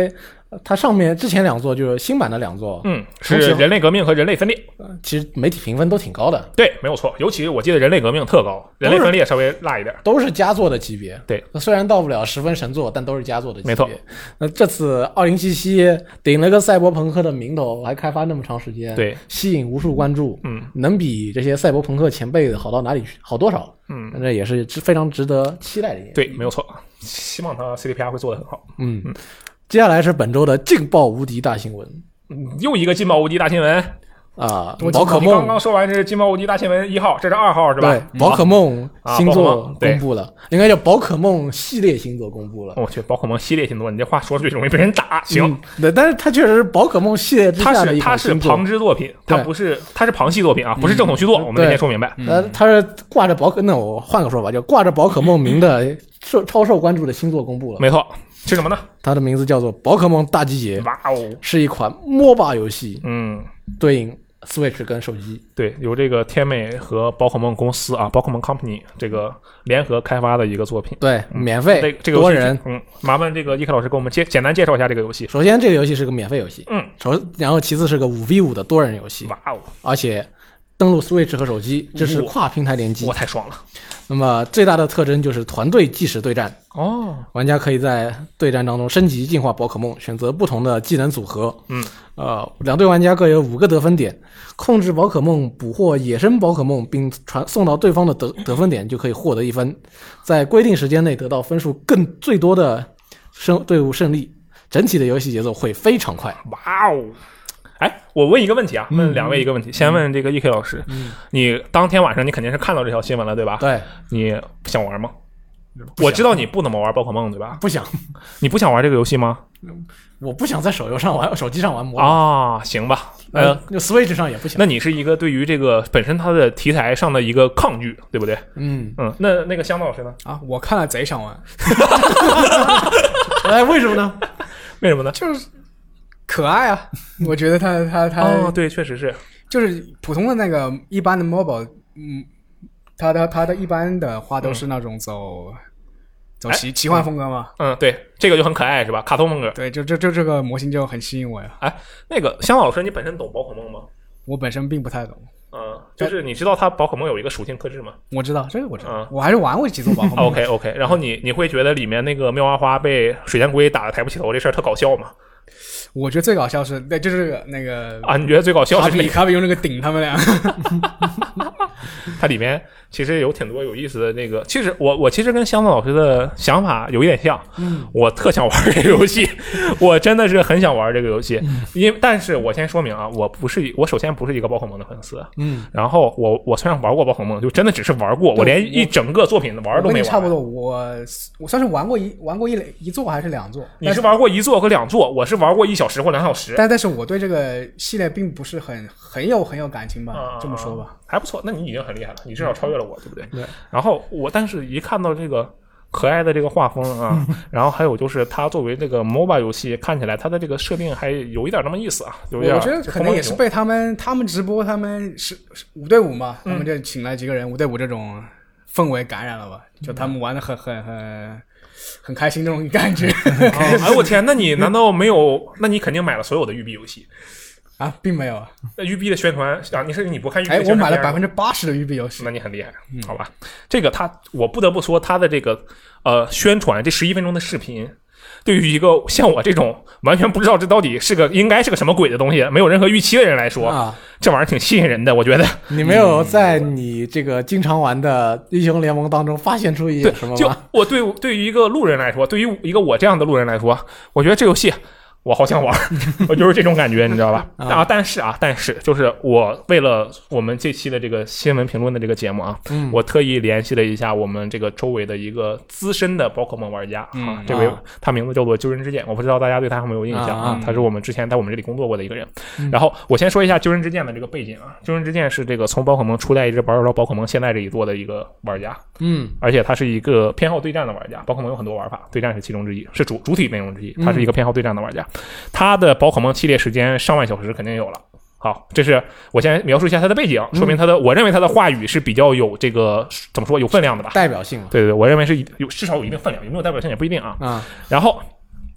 它上面之前两座就是新版的两座， 嗯，是人类革命和人类分裂。 其实媒体评分都挺高的， 对，没有错。尤其我记得人类革命特高，人类分裂稍微落一点， 都是佳作的级别。 对， 虽然到不了十分神作，但都是佳作的级别。 没错。 那这次二零七七顶了个赛博朋克的名头，还开发那么长时间， 对， 吸引无数关注， 嗯， 能比这些赛博朋克前辈好到哪里去？好多少？ 嗯， 这也是非常值得期待的一件事。 对，没有错。希望他 C D P R 会做得很好。 嗯嗯。接下来是本周的劲爆无敌大新闻， 嗯、又一个劲爆无敌大新闻啊！宝可梦刚刚说完这是劲爆无敌大新闻一号，这是二号是吧？ 对，宝可梦星座公布了， 啊、 应该叫宝可梦系列星座公布了。 我、哦、去，宝可梦系列星座，你这话说出去容易被人打。行， 嗯、对，但是它确实是宝可梦系列之下的一它是它是旁支作品，它不是它是旁系作品啊，不是正统续作。嗯、我们得先说明白。 呃，它是挂着宝可，那我换个说法，就挂着宝可梦名的受超受关注的星座公布了。 没错。是什么呢？ 它的名字叫做《宝可梦大集结》， 哇哦， 是一款 M O B A 游戏， 嗯， 对应 Switch 跟手机。 对，由这个天美和宝可梦公司啊，宝可梦 Company 这个联合开发的一个作品。 对， 嗯、 免费， 这这个多人。 嗯，麻烦这个伊克老师给我们介简单介绍一下这个游戏。 首先，这个游戏是个免费游戏， 嗯， 首然后其次是个五 v 五的多人游戏， 哇哦， 而且登录 Switch 和手机，这是跨平台联机， 哇，太爽了。 那么最大的特征就是团队即时对战哦， 玩家可以在对战当中升级进化宝可梦，选择不同的技能组合。 嗯， 呃，两队玩家各有五个得分点，控制宝可梦捕获野生宝可梦并传送到对方的得得分点就可以获得一分，在规定时间内得到分数更最多的胜队伍胜利。整体的游戏节奏会非常快。 哇哦！哎，我问一个问题啊，问两位一个问题，嗯、先问这个 E K 老师，嗯、你当天晚上你肯定是看到这条新闻了，对吧？ 对， 你想玩吗？我知道你不怎么玩宝可梦，对吧？ 不想。 你不想玩这个游戏吗？ 我不想在手游上玩，手机上玩魔啊，行吧。 呃，就 Switch 上也不行。 那你是一个对于这个本身它的题材上的一个抗拒，对不对？ 嗯嗯。那那个香道老师呢？ 啊，我看了贼想玩。 哎，为什么呢？ 为什么呢？ 就是可爱啊！我觉得他他他哦，对，确实是， 就是普通的那个一般的 mobile， 嗯，他的他的一般的话都是那种走、嗯、走奇奇幻风格嘛。 嗯，对，这个就很可爱是吧？卡通风格。 对，就就就这个模型就很吸引我呀。 哎，那个香老师，你本身懂宝可梦吗？ 我本身并不太懂。 嗯，就是你知道它宝可梦有一个属性克制吗？ 我知道，这个我知道， 嗯、 我还是玩过几座宝可梦。 OK OK， 然后你你会觉得里面那个妙蛙花被水箭龟打得抬不起头这事儿特搞笑吗？ 我觉得最搞笑是，对，就是那个啊，你觉得最搞笑是卡比卡比用那个顶他们俩。 它里面其实有挺多有意思的那个，其实我我其实跟香子老师的想法有一点像， 嗯， 我特想玩这个游戏，我真的是很想玩这个游戏， 嗯、 因为但是我先说明啊，我不是我首先不是一个宝可梦的粉丝， 嗯， 然后我我虽然玩过宝可梦，就真的只是玩过，我连一整个作品玩都没玩。 差不多，我我算是玩过一玩过一一座还是两座？ 你是玩过一座和两座，我是玩过一小时或两小时。 但但是我对这个系列并不是很很有很有感情吧， 嗯、 这么说吧， 还不错。那你已经很厉害了，你至少超越了我，对不对？ 对。 然后我，但是一看到这个可爱的这个画风啊，然后还有就是它作为这个 M O B A 游戏，看起来它的这个设定还有一点那么意思啊，有一点。 我觉得可能也是被他们他们直播，他们是五对五嘛，他们就请来几个人，五对五这种氛围感染了吧，就他们玩的很很很。很开心这种感觉。 哦、哎我天，那你难道没有？那你肯定买了所有的育碧游戏啊，并没有啊。 那育碧的宣传啊，你是你不看育碧？ 哎，我买了百分之八十的育碧游戏， 那你很厉害，嗯、好吧？这个他，我不得不说他的这个呃宣传，这十一分钟的视频。对于一个像我这种完全不知道这到底是个应该是个什么鬼的东西，没有任何预期的人来说， 啊、 这玩意儿挺吸引人的。我觉得你没有在你这个经常玩的英雄联盟当中发现出一点什么吗？ 就我对对于一个路人来说，对于一个我这样的路人来说，我觉得这游戏我好想玩，我就是这种感觉，你知道吧？啊，但是啊，但是就是我为了我们这期的这个新闻评论的这个节目啊， 嗯、 我特意联系了一下我们这个周围的一个资深的宝可梦玩家、 嗯、 啊，这位、啊、他名字叫做鸠人之剑，我不知道大家对他有没有印象啊？ 啊他是我们之前在我们这里工作过的一个人。 嗯、 然后我先说一下鸠人之剑的这个背景啊，鸠人之剑是这个从宝可梦初代一直玩到宝可梦现在这一座的一个玩家， 嗯， 而且他是一个偏好对战的玩家，宝可梦有很多玩法，对战是其中之一，是主主体内容之一，他是一个偏好对战的玩家，嗯、他的宝可梦系列时间上万小时肯定有了。好，这是我先描述一下他的背景，说明他的，嗯、我认为他的话语是比较有这个怎么说有分量的吧， 代表性。 对对对，我认为是有至少有一定分量，有没有代表性也不一定啊。 啊， 然后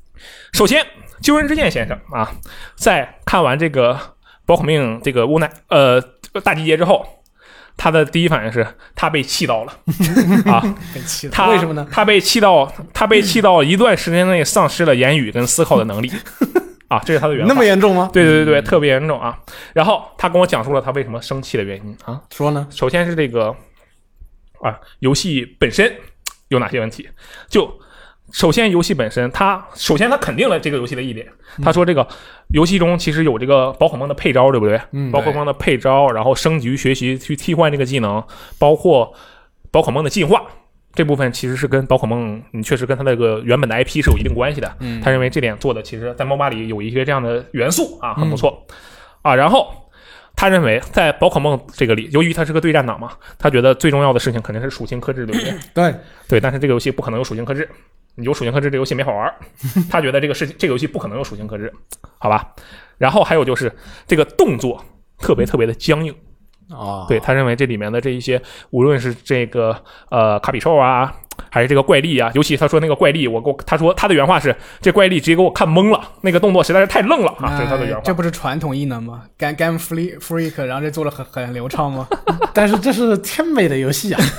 首先，鸠人之剑先生啊，在看完这个宝可梦这个无奈呃大集结之后，他的第一反应是他被气到了啊，他为什么呢？ 他被气到，他被气到一段时间内丧失了言语跟思考的能力啊，这是他的原话。 那么严重吗？ 对对对对，特别严重啊。然后他跟我讲述了他为什么生气的原因啊， 说呢？ 首先是这个啊，游戏本身有哪些问题？就首先，游戏本身，它首先它肯定了这个游戏的一点，他说这个游戏中其实有这个宝可梦的配招，对不对？ 嗯， 宝可梦的配招，然后升级学习去替换这个技能，包括宝可梦的进化这部分，其实是跟宝可梦你确实跟它那个原本的 I P 是有一定关系的。 嗯， 他认为这点做的其实在 M O B A 里有一些这样的元素啊，很不错、嗯、啊。然后他认为在宝可梦这个里，由于它是个对战党嘛，他觉得最重要的事情肯定是属性克制，对不对？ 对对，但是这个游戏不可能有属性克制。你有属性克制，这游戏没好玩。他觉得这个事情，这个游戏不可能有属性克制，好吧？然后还有就是这个动作特别特别的僵硬哦。 对，他认为这里面的这一些，无论是这个呃卡比兽啊，还是这个怪力啊，尤其他说那个怪力，我给我他说他的原话是这怪力直接给我看懵了，那个动作实在是太愣了啊，这是他的原话。 这不是传统异能吗？干干 free freak， 然后这做的很很流畅吗？ 但是这是天美的游戏啊。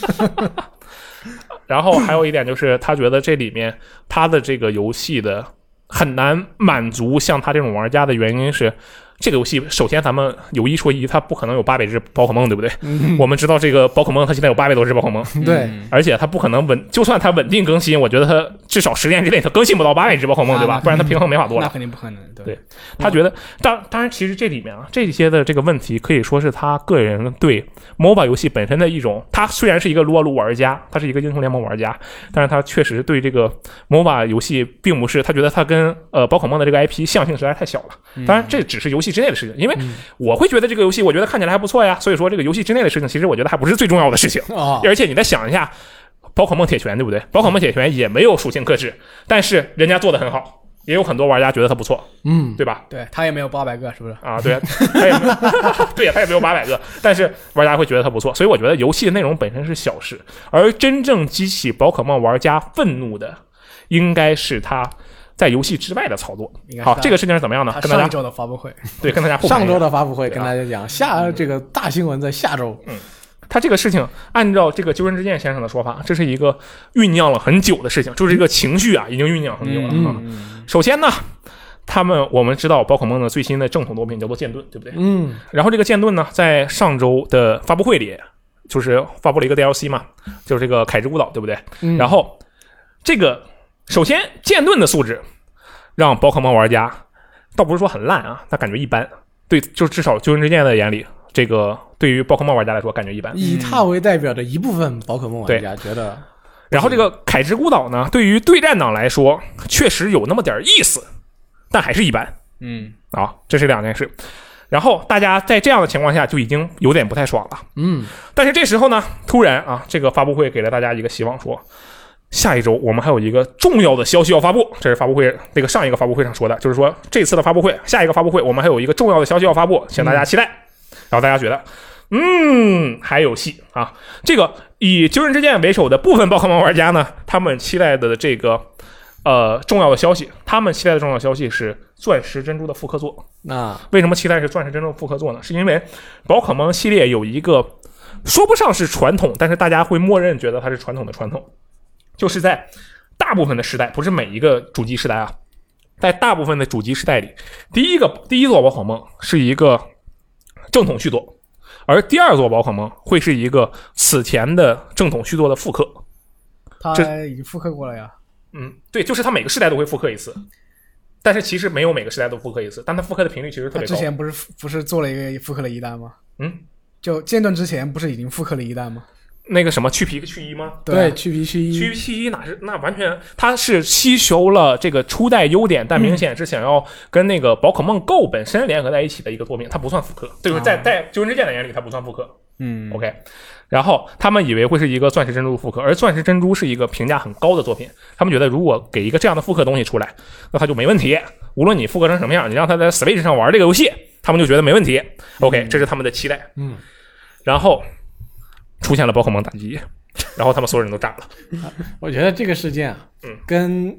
然后还有一点就是，他觉得这里面他的这个游戏的很难满足像他这种玩家的原因是，这个游戏首先咱们有一说一，它不可能有八百只宝可梦，对不对？嗯、我们知道这个宝可梦它现在有八百多只宝可梦， 对， 而且它不可能稳，就算它稳定更新，我觉得它至少十年之内它更新不到八百只宝可梦，对吧？不然它平衡没法做了。 那肯定不可能。对， 对他觉得，当当然，其实这里面啊，这些的这个问题可以说是他个人对 M O B A 游戏本身的一种。他虽然是一个撸啊撸玩家，他是一个英雄联盟玩家，但是他确实对这个 M O B A 游戏并不是，他觉得他跟呃宝可梦的这个 I P 象性实在太小了。当然，这只是游戏之内的事情，因为我会觉得这个游戏，我觉得看起来还不错呀。所以说，这个游戏之内的事情，其实我觉得还不是最重要的事情。 哦、 而且你再想一下，宝可梦铁拳对不对？宝可梦铁拳也没有属性克制，但是人家做的很好。也有很多玩家觉得它不错， 嗯， 对吧？ 对，他也没有八百个，是不是？ 啊，对，他也对呀，他也没有八百个，但是玩家会觉得它不错，所以我觉得游戏的内容本身是小事，而真正激起宝可梦玩家愤怒的，应该是他在游戏之外的操作。好，这个事情是怎么样呢？跟大家上周的发布会， 对，跟大家上周的发布会跟大家讲，下这个大新闻在下周， 嗯。他这个事情，按照这个鸠人之剑先生的说法，这是一个酝酿了很久的事情，就是这个情绪啊，已经酝酿很久了啊。嗯、首先呢，他们我们知道宝可梦的最新的正统作品叫做剑盾，对不对？ 嗯。 然后这个剑盾呢，在上周的发布会里，就是发布了一个 D L C 嘛，就是这个凯之孤岛，对不对？ 嗯、 然后这个首先剑盾的素质，让宝可梦玩家倒不是说很烂啊，他感觉一般。对，就至少鸠人之剑的眼里。这个对于宝可梦玩家来说感觉一般， 以他为代表的一部分宝可梦玩家觉得， 然后这个凯之孤岛呢，对于对战党来说确实有那么点意思，但还是一般。 嗯， 啊，这是两件事。然后大家在这样的情况下就已经有点不太爽了。 嗯， 但是这时候呢，突然啊，这个发布会给了大家一个希望，说下一周我们还有一个重要的消息要发布。这是发布会那个上一个发布会上说的，就是说这次的发布会，下一个发布会我们还有一个重要的消息要发布，请大家期待。嗯，然后大家觉得，嗯，还有戏啊！这个以鸠人之剑为首的部分宝可梦玩家呢，他们期待的这个呃重要的消息，他们期待的重要消息是钻石珍珠的复刻作。 那为什么期待是钻石珍珠复刻作呢？是因为宝可梦系列有一个说不上是传统，但是大家会默认觉得它是传统的传统，就是在大部分的时代，不是每一个主机时代啊，在大部分的主机时代里，第一个第一座宝可梦是一个正统续作，而第二座宝可梦会是一个此前的正统续作的复刻。 他已经复刻过了呀。 嗯，对，就是他每个世代都会复刻一次，但是其实没有每个时代都复刻一次，但他复刻的频率其实特别高。 他之前不是不是做了一个复刻了一代吗？ 嗯， 就剑盾之前不是已经复刻了一代吗？ 那个什么去皮去一吗？ 对，去皮去一， 去皮去一哪是那完全，它是吸收了这个初代优点，但明显是想要跟那个宝可梦 Go 本身联合在一起的一个作品，它不算复刻，就是在在鸠人之剑的眼里，它不算复刻。 嗯 ，OK。然后他们以为会是一个钻石珍珠复刻，而钻石珍珠是一个评价很高的作品，他们觉得如果给一个这样的复刻东西出来，那它就没问题。无论你复刻成什么样，你让他在 Switch 上玩这个游戏，他们就觉得没问题。OK， 这是他们的期待。 嗯， 然后出现了宝可梦打击。然后他们所有人都炸了。 我觉得这个事件啊， 嗯， 跟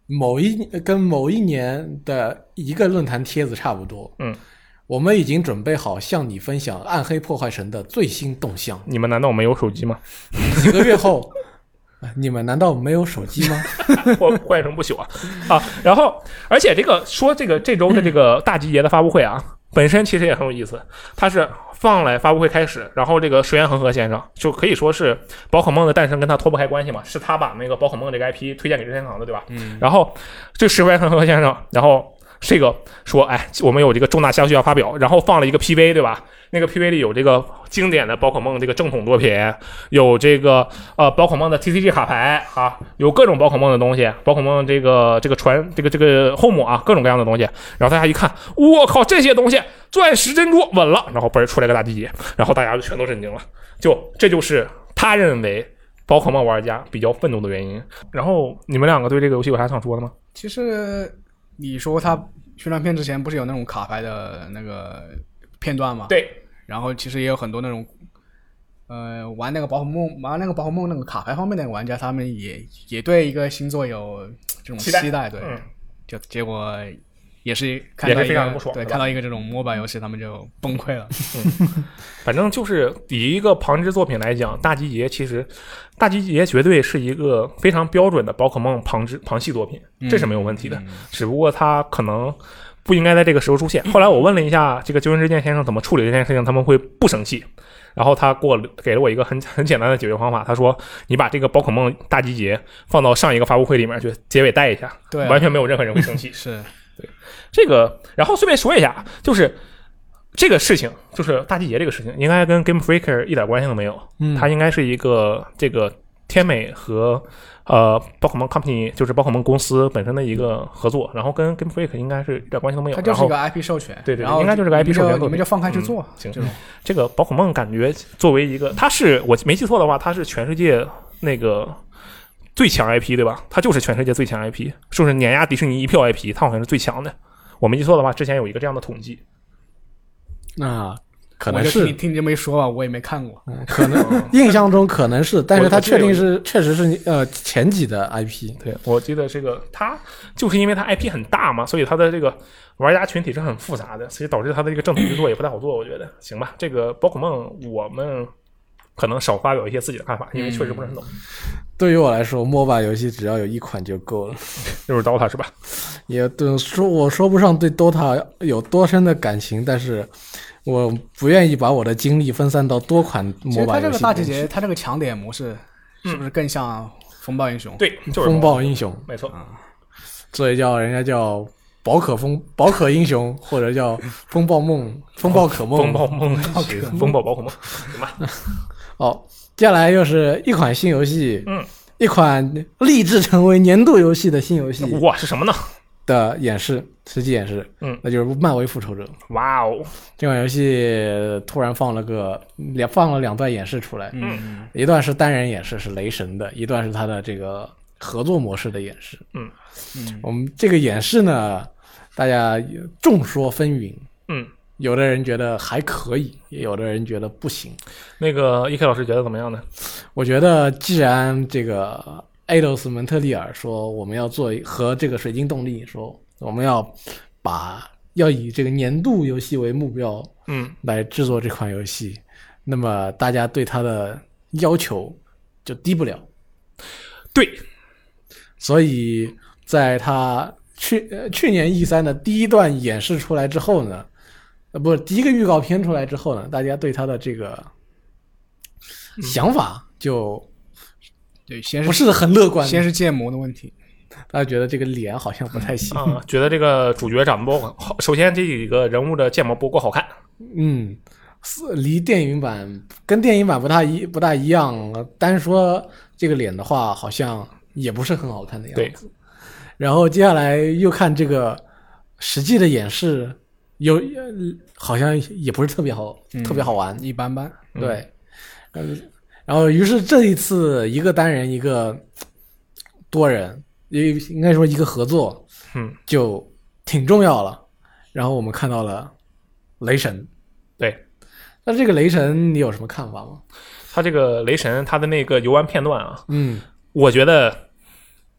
某一跟某一年的一个论坛帖子差不多。 嗯， 我们已经准备好向你分享《暗黑破坏神》的最新动向。 你们难道没有手机吗？ 几个月后，你们难道没有手机吗？ 破坏成不朽啊！啊，然后而且这个说这个这周的这个大集结的发布会啊，本身其实也很有意思，它是放来发布会开始，然后这个石原恒河先生就可以说是宝可梦的诞生跟他脱不开关系嘛，是他把那个宝可梦这个 I P 推荐给任天堂的，对吧？嗯。然后这石原恒河先生，然后这个说，哎，我们有这个重大消息要发表，然后放了一个 P V， 对吧？那个 P V 里有这个经典的宝可梦这个正统作品，有这个呃宝可梦的 T C G 卡牌啊，有各种宝可梦的东西，宝可梦这个这个传这个这个 home 啊，各种各样的东西。然后大家一看，我靠，这些东西钻石珍珠稳了，然后嘣出来个大集结，然后大家就全都震惊了。就这就是他认为宝可梦玩家比较愤怒的原因。然后你们两个对这个游戏有啥想说的吗？ 其实你说他宣传片之前不是有那种卡牌的那个片段吗？ 对， 然后其实也有很多那种，呃，玩那个宝可梦、玩那个宝可梦那个卡牌方面的玩家，他们也也对一个新作有这种期待，期待对、嗯，就结果也是看到一个也是非常不爽， 对，看到一个这种 M O B A 游戏，他们就崩溃了。 嗯，反正就是以一个旁支作品来讲，大集结其实大集结绝对是一个非常标准的宝可梦旁支旁系作品，这是没有问题的，嗯、只不过它可能不应该在这个时候出现。后来我问了一下这个鸠人之剑先生怎么处理这件事情，他们会不生气。然后他给我给了我一个很很简单的解决方法，他说你把这个宝可梦大集结放到上一个发布会里面去，结尾带一下， 对、啊， 完全没有任何人会生气。 是， 对这个。然后顺便说一下，就是这个事情，就是大集结这个事情，应该跟 Game Freak 一点关系都没有，嗯，它应该是一个这个天美和呃宝可梦 Company 就是宝可梦公司本身的一个合作，然后跟 Game Freak 应该是一点关系都没有。 它就是一个 I P 授权， 对对， 然后应该就是个 I P 授权， 你们就放开去做。 嗯、行，这个宝可梦感觉作为一个，它是我没记错的话，它是全世界那个最强 I P 对吧？它就是全世界最强 I P， 是不是碾压迪士尼一票 I P？ 它好像是最强的。我没记错的话，之前有一个这样的统计。 那可能是你听你这么一说吧，我也没看过， 嗯、可能印象中可能是，但是它确定是确实是呃前几的 I P。 对，我记得这个它就是因为它 I P 很大嘛，所以它的这个玩家群体是很复杂的，所以导致它的这个正统制作也不太好做。我觉得行吧，这个宝可梦我们可能少发表一些自己的看法，因为确实不是很懂。嗯、 对于我来说 ，M O B A 游戏只要有一款就够了。 就是 D O T A 是吧？ 也对，说我说不上对 D O T A 有多深的感情，但是我不愿意把我的精力分散到多款 M O B A 游戏。其实它这个大集结，它这个强点模式是不是更像风暴英雄？ 嗯、对，就是风暴英雄， 没错。 嗯，所以叫人家叫宝可风宝可英雄，或者叫风暴梦、风暴可梦、 风暴梦、风暴宝可梦，行吧？ 哦，接下来又是一款新游戏， 嗯， 一款立志成为年度游戏的新游戏。 哇，是什么呢？ 的演示，实际演示， 嗯， 那就是漫威复仇者。 哇哦， 这款游戏突然放了个两放了两段演示出来， 嗯， 一段是单人演示，是雷神的，一段是他的这个合作模式的演示。 嗯嗯，我们这个演示呢，大家众说纷纭， 嗯， 有的人觉得还可以，也有的人觉得不行。 那个 E K 老师觉得怎么样呢？ 我觉得既然这个艾斗斯蒙特利尔说我们要做和这个水晶动力说我们要把要以这个年度游戏为目标， 嗯， 来制作这款游戏，嗯、那么大家对它的要求就低不了。 对， 所以在他去呃去年 E 三 的第一段演示出来之后呢，呃不是第一个预告片出来之后呢，大家对他的这个想法就。 对，先是不是很乐观， 先是建模的问题， 大家觉得这个脸好像不太行， 啊、觉得这个主角长得不好。首先，这几个人物的建模不够好看， 嗯，离电影版跟电影版不大一不大一样。单说这个脸的话，好像也不是很好看的样子。然后接下来又看这个实际的演示，有好像也不是特别好，嗯、特别好玩， 一般般。 对，嗯。然后，于是这一次一个单人一个多人，应该说一个合作， 嗯， 就挺重要了。然后我们看到了雷神， 对， 那这个雷神你有什么看法吗？ 他这个雷神他的那个游玩片段啊， 嗯， 我觉得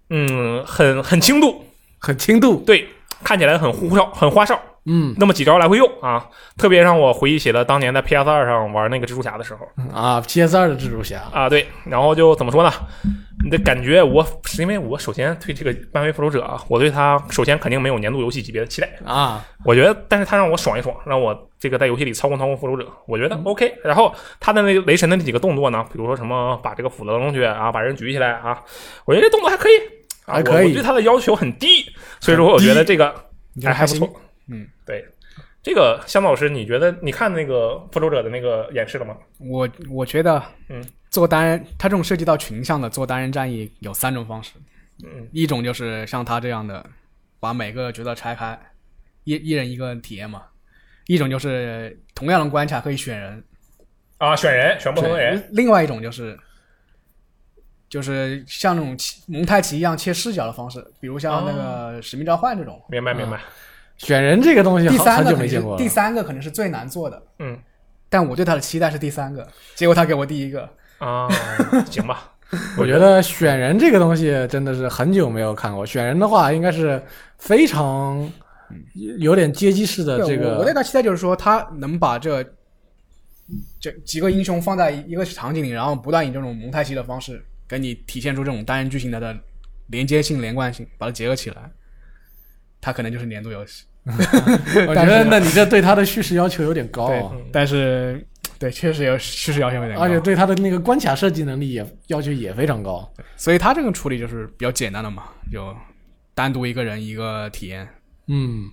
嗯，很很轻度， 很轻度， 对，看起来很花哨，很花哨。 嗯， 那么几招来回用啊，特别让我回忆起了当年在 P S 二 上玩那个蜘蛛侠的时候啊 ，P S 二 的蜘蛛侠啊，对，然后就怎么说呢？你的感觉我是因为我首先对这个漫威复仇者啊，我对它首先肯定没有年度游戏级别的期待啊， 我觉得，但是它让我爽一爽，让我这个在游戏里操控操控复仇者，我觉得 OK。然后他的那个雷神的那几个动作呢，比如说什么把这个斧子扔上去啊，把人举起来啊，我觉得这动作还可以，啊、 还可以， 我对他的要求很低，所以说我觉得这个还还不错。 嗯， 对。这个香子老师，你觉得你看那个复仇者的那个演示了吗？ 我我觉得， 嗯， 做单人，他这种涉及到群像的做单人战役有三种方式， 嗯， 一种就是像他这样的，把每个角色拆开，一一人一个体验嘛；一种就是同样的关卡可以选人， 啊，选人，选不同的人； 另外一种就是，就是像那种蒙太奇一样切视角的方式，比如像那个《使命召唤》这种。 明白，明白。 啊选人这个东西第三个很久没见过了， 第三个可能是最难做的， 嗯， 但我对他的期待是第三个，结果他给我第一个啊，行吧。 我觉得选人这个东西真的是很久没有看过，选人的话应该是非常有点阶级式的这个。 我对他期待就是说，他能把这这几个英雄放在一个场景里，然后不断以这种蒙太奇的方式给你体现出这种单人剧情的连接性、连贯性，把它结合起来，它可能就是年度游戏。 我觉得那你这对他的叙事要求有点高、啊， 但是对，确实有叙事要求有点高， 而且对他的那个关卡设计能力也要求也非常高， 所以他这个处理就是比较简单的嘛，就单独一个人一个体验。 嗯，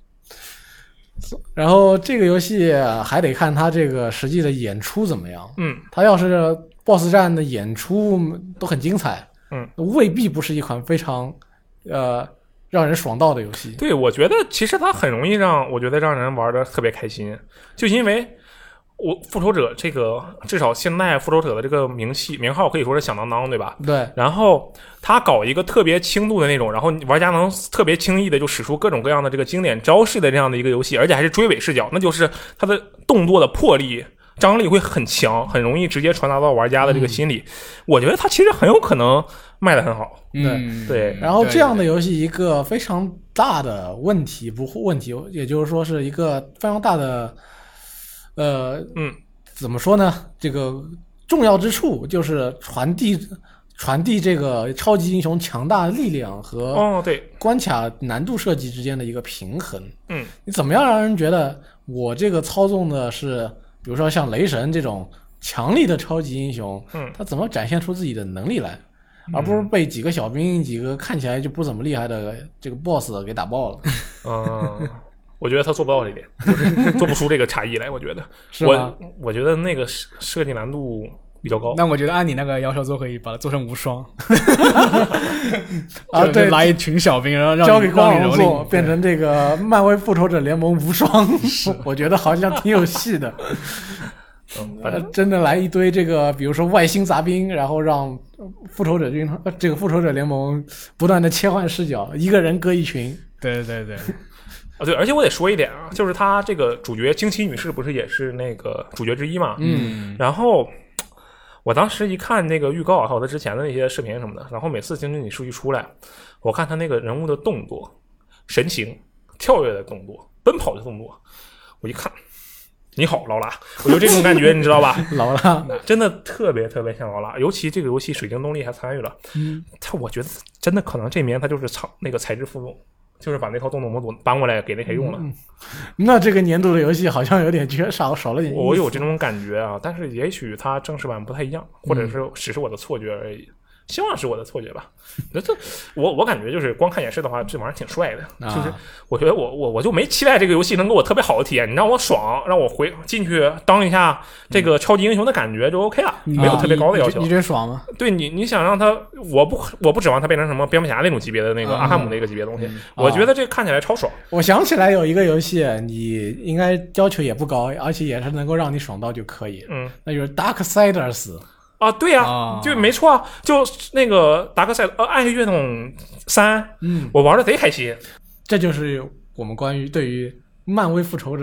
然后这个游戏还得看他这个实际的演出怎么样。 嗯， 他要是 boss 战的演出都很精彩， 嗯， 未必不是一款非常呃。让人爽到的游戏。 对，我觉得其实它很容易让我觉得让人玩的特别开心，就因为我复仇者这个至少现在复仇者的这个名气名号可以说是响当当，对吧？ 对。 然后他搞一个特别轻度的那种，然后玩家能特别轻易的就使出各种各样的这个经典招式的这样的一个游戏，而且还是追尾视角，那就是它的动作的魄力张力会很强，很容易直接传达到玩家的这个心里。嗯、我觉得它其实很有可能卖得很好。 嗯， 对。 然后这样的游戏一个非常大的问题，不问题，也就是说是一个非常大的，呃， 嗯， 怎么说呢？这个重要之处就是传递传递这个超级英雄强大的力量和哦，对， 关卡难度设计之间的一个平衡。 嗯， 你怎么样让人觉得我这个操纵的是，比如说像雷神这种强力的超级英雄， 嗯， 他怎么展现出自己的能力来？而不是被几个小兵、几个看起来就不怎么厉害的这个 boss 给打爆了。 嗯，我觉得他做不到这一点，就是做不出这个差异来。我觉得， 是吗？ 我我觉得那个设计难度比较高。 那我觉得按你那个要求做，可以把它做成无双。 啊，对， 来一群小兵，然后让交给光荣做， 蹂躏变成这个漫威复仇者联盟无双。我觉得好像挺有戏的。 嗯， 呃，真的来一堆这个，比如说外星杂兵，然后让复仇者军团这个复仇者联盟不断的切换视角，一个人割一群。 对对对， 啊对，而且我得说一点啊，就是他这个主角惊奇女士不是也是那个主角之一嘛？ 嗯， 然后我当时一看那个预告，还有他之前的那些视频什么的，然后每次惊奇女士一出来，我看他那个人物的动作、神情、跳跃的动作、奔跑的动作，我一看。你好，劳拉，我就这种感觉，你知道吧？ 劳拉真的特别特别像劳拉，尤其这个游戏水晶动力还参与了， 嗯， 他我觉得真的可能这面他就是操那个材质附送，就是把那套动作模组搬过来给那谁用了。 嗯、那这个年度的游戏好像有点缺少，少了点意思。 我有这种感觉啊，但是也许它正式版不太一样，或者是只是我的错觉而已。希望是我的错觉吧。这我我感觉就是光看演示的话，这玩意儿挺帅的。 啊、 就是我觉得我我我就没期待这个游戏能给我特别好的体验。你让我爽，让我回进去当一下这个超级英雄的感觉就 OK 了， 嗯、 没有特别高的要求。 你, 你, 你觉得爽吗？ 对你你想让他，我不我不指望他变成什么蝙蝠侠那种级别的那个、嗯、阿汉姆那个级别的东西。嗯、我觉得这看起来超爽。 我想起来有一个游戏，你应该要求也不高，而且也是能够让你爽到就可以。 嗯， 那就是 Darksiders。 啊，对呀、啊，就没错啊，就那个达克赛呃暗黑血统三， 嗯， 我玩的贼开心。 这就是我们关于对于漫威复仇者的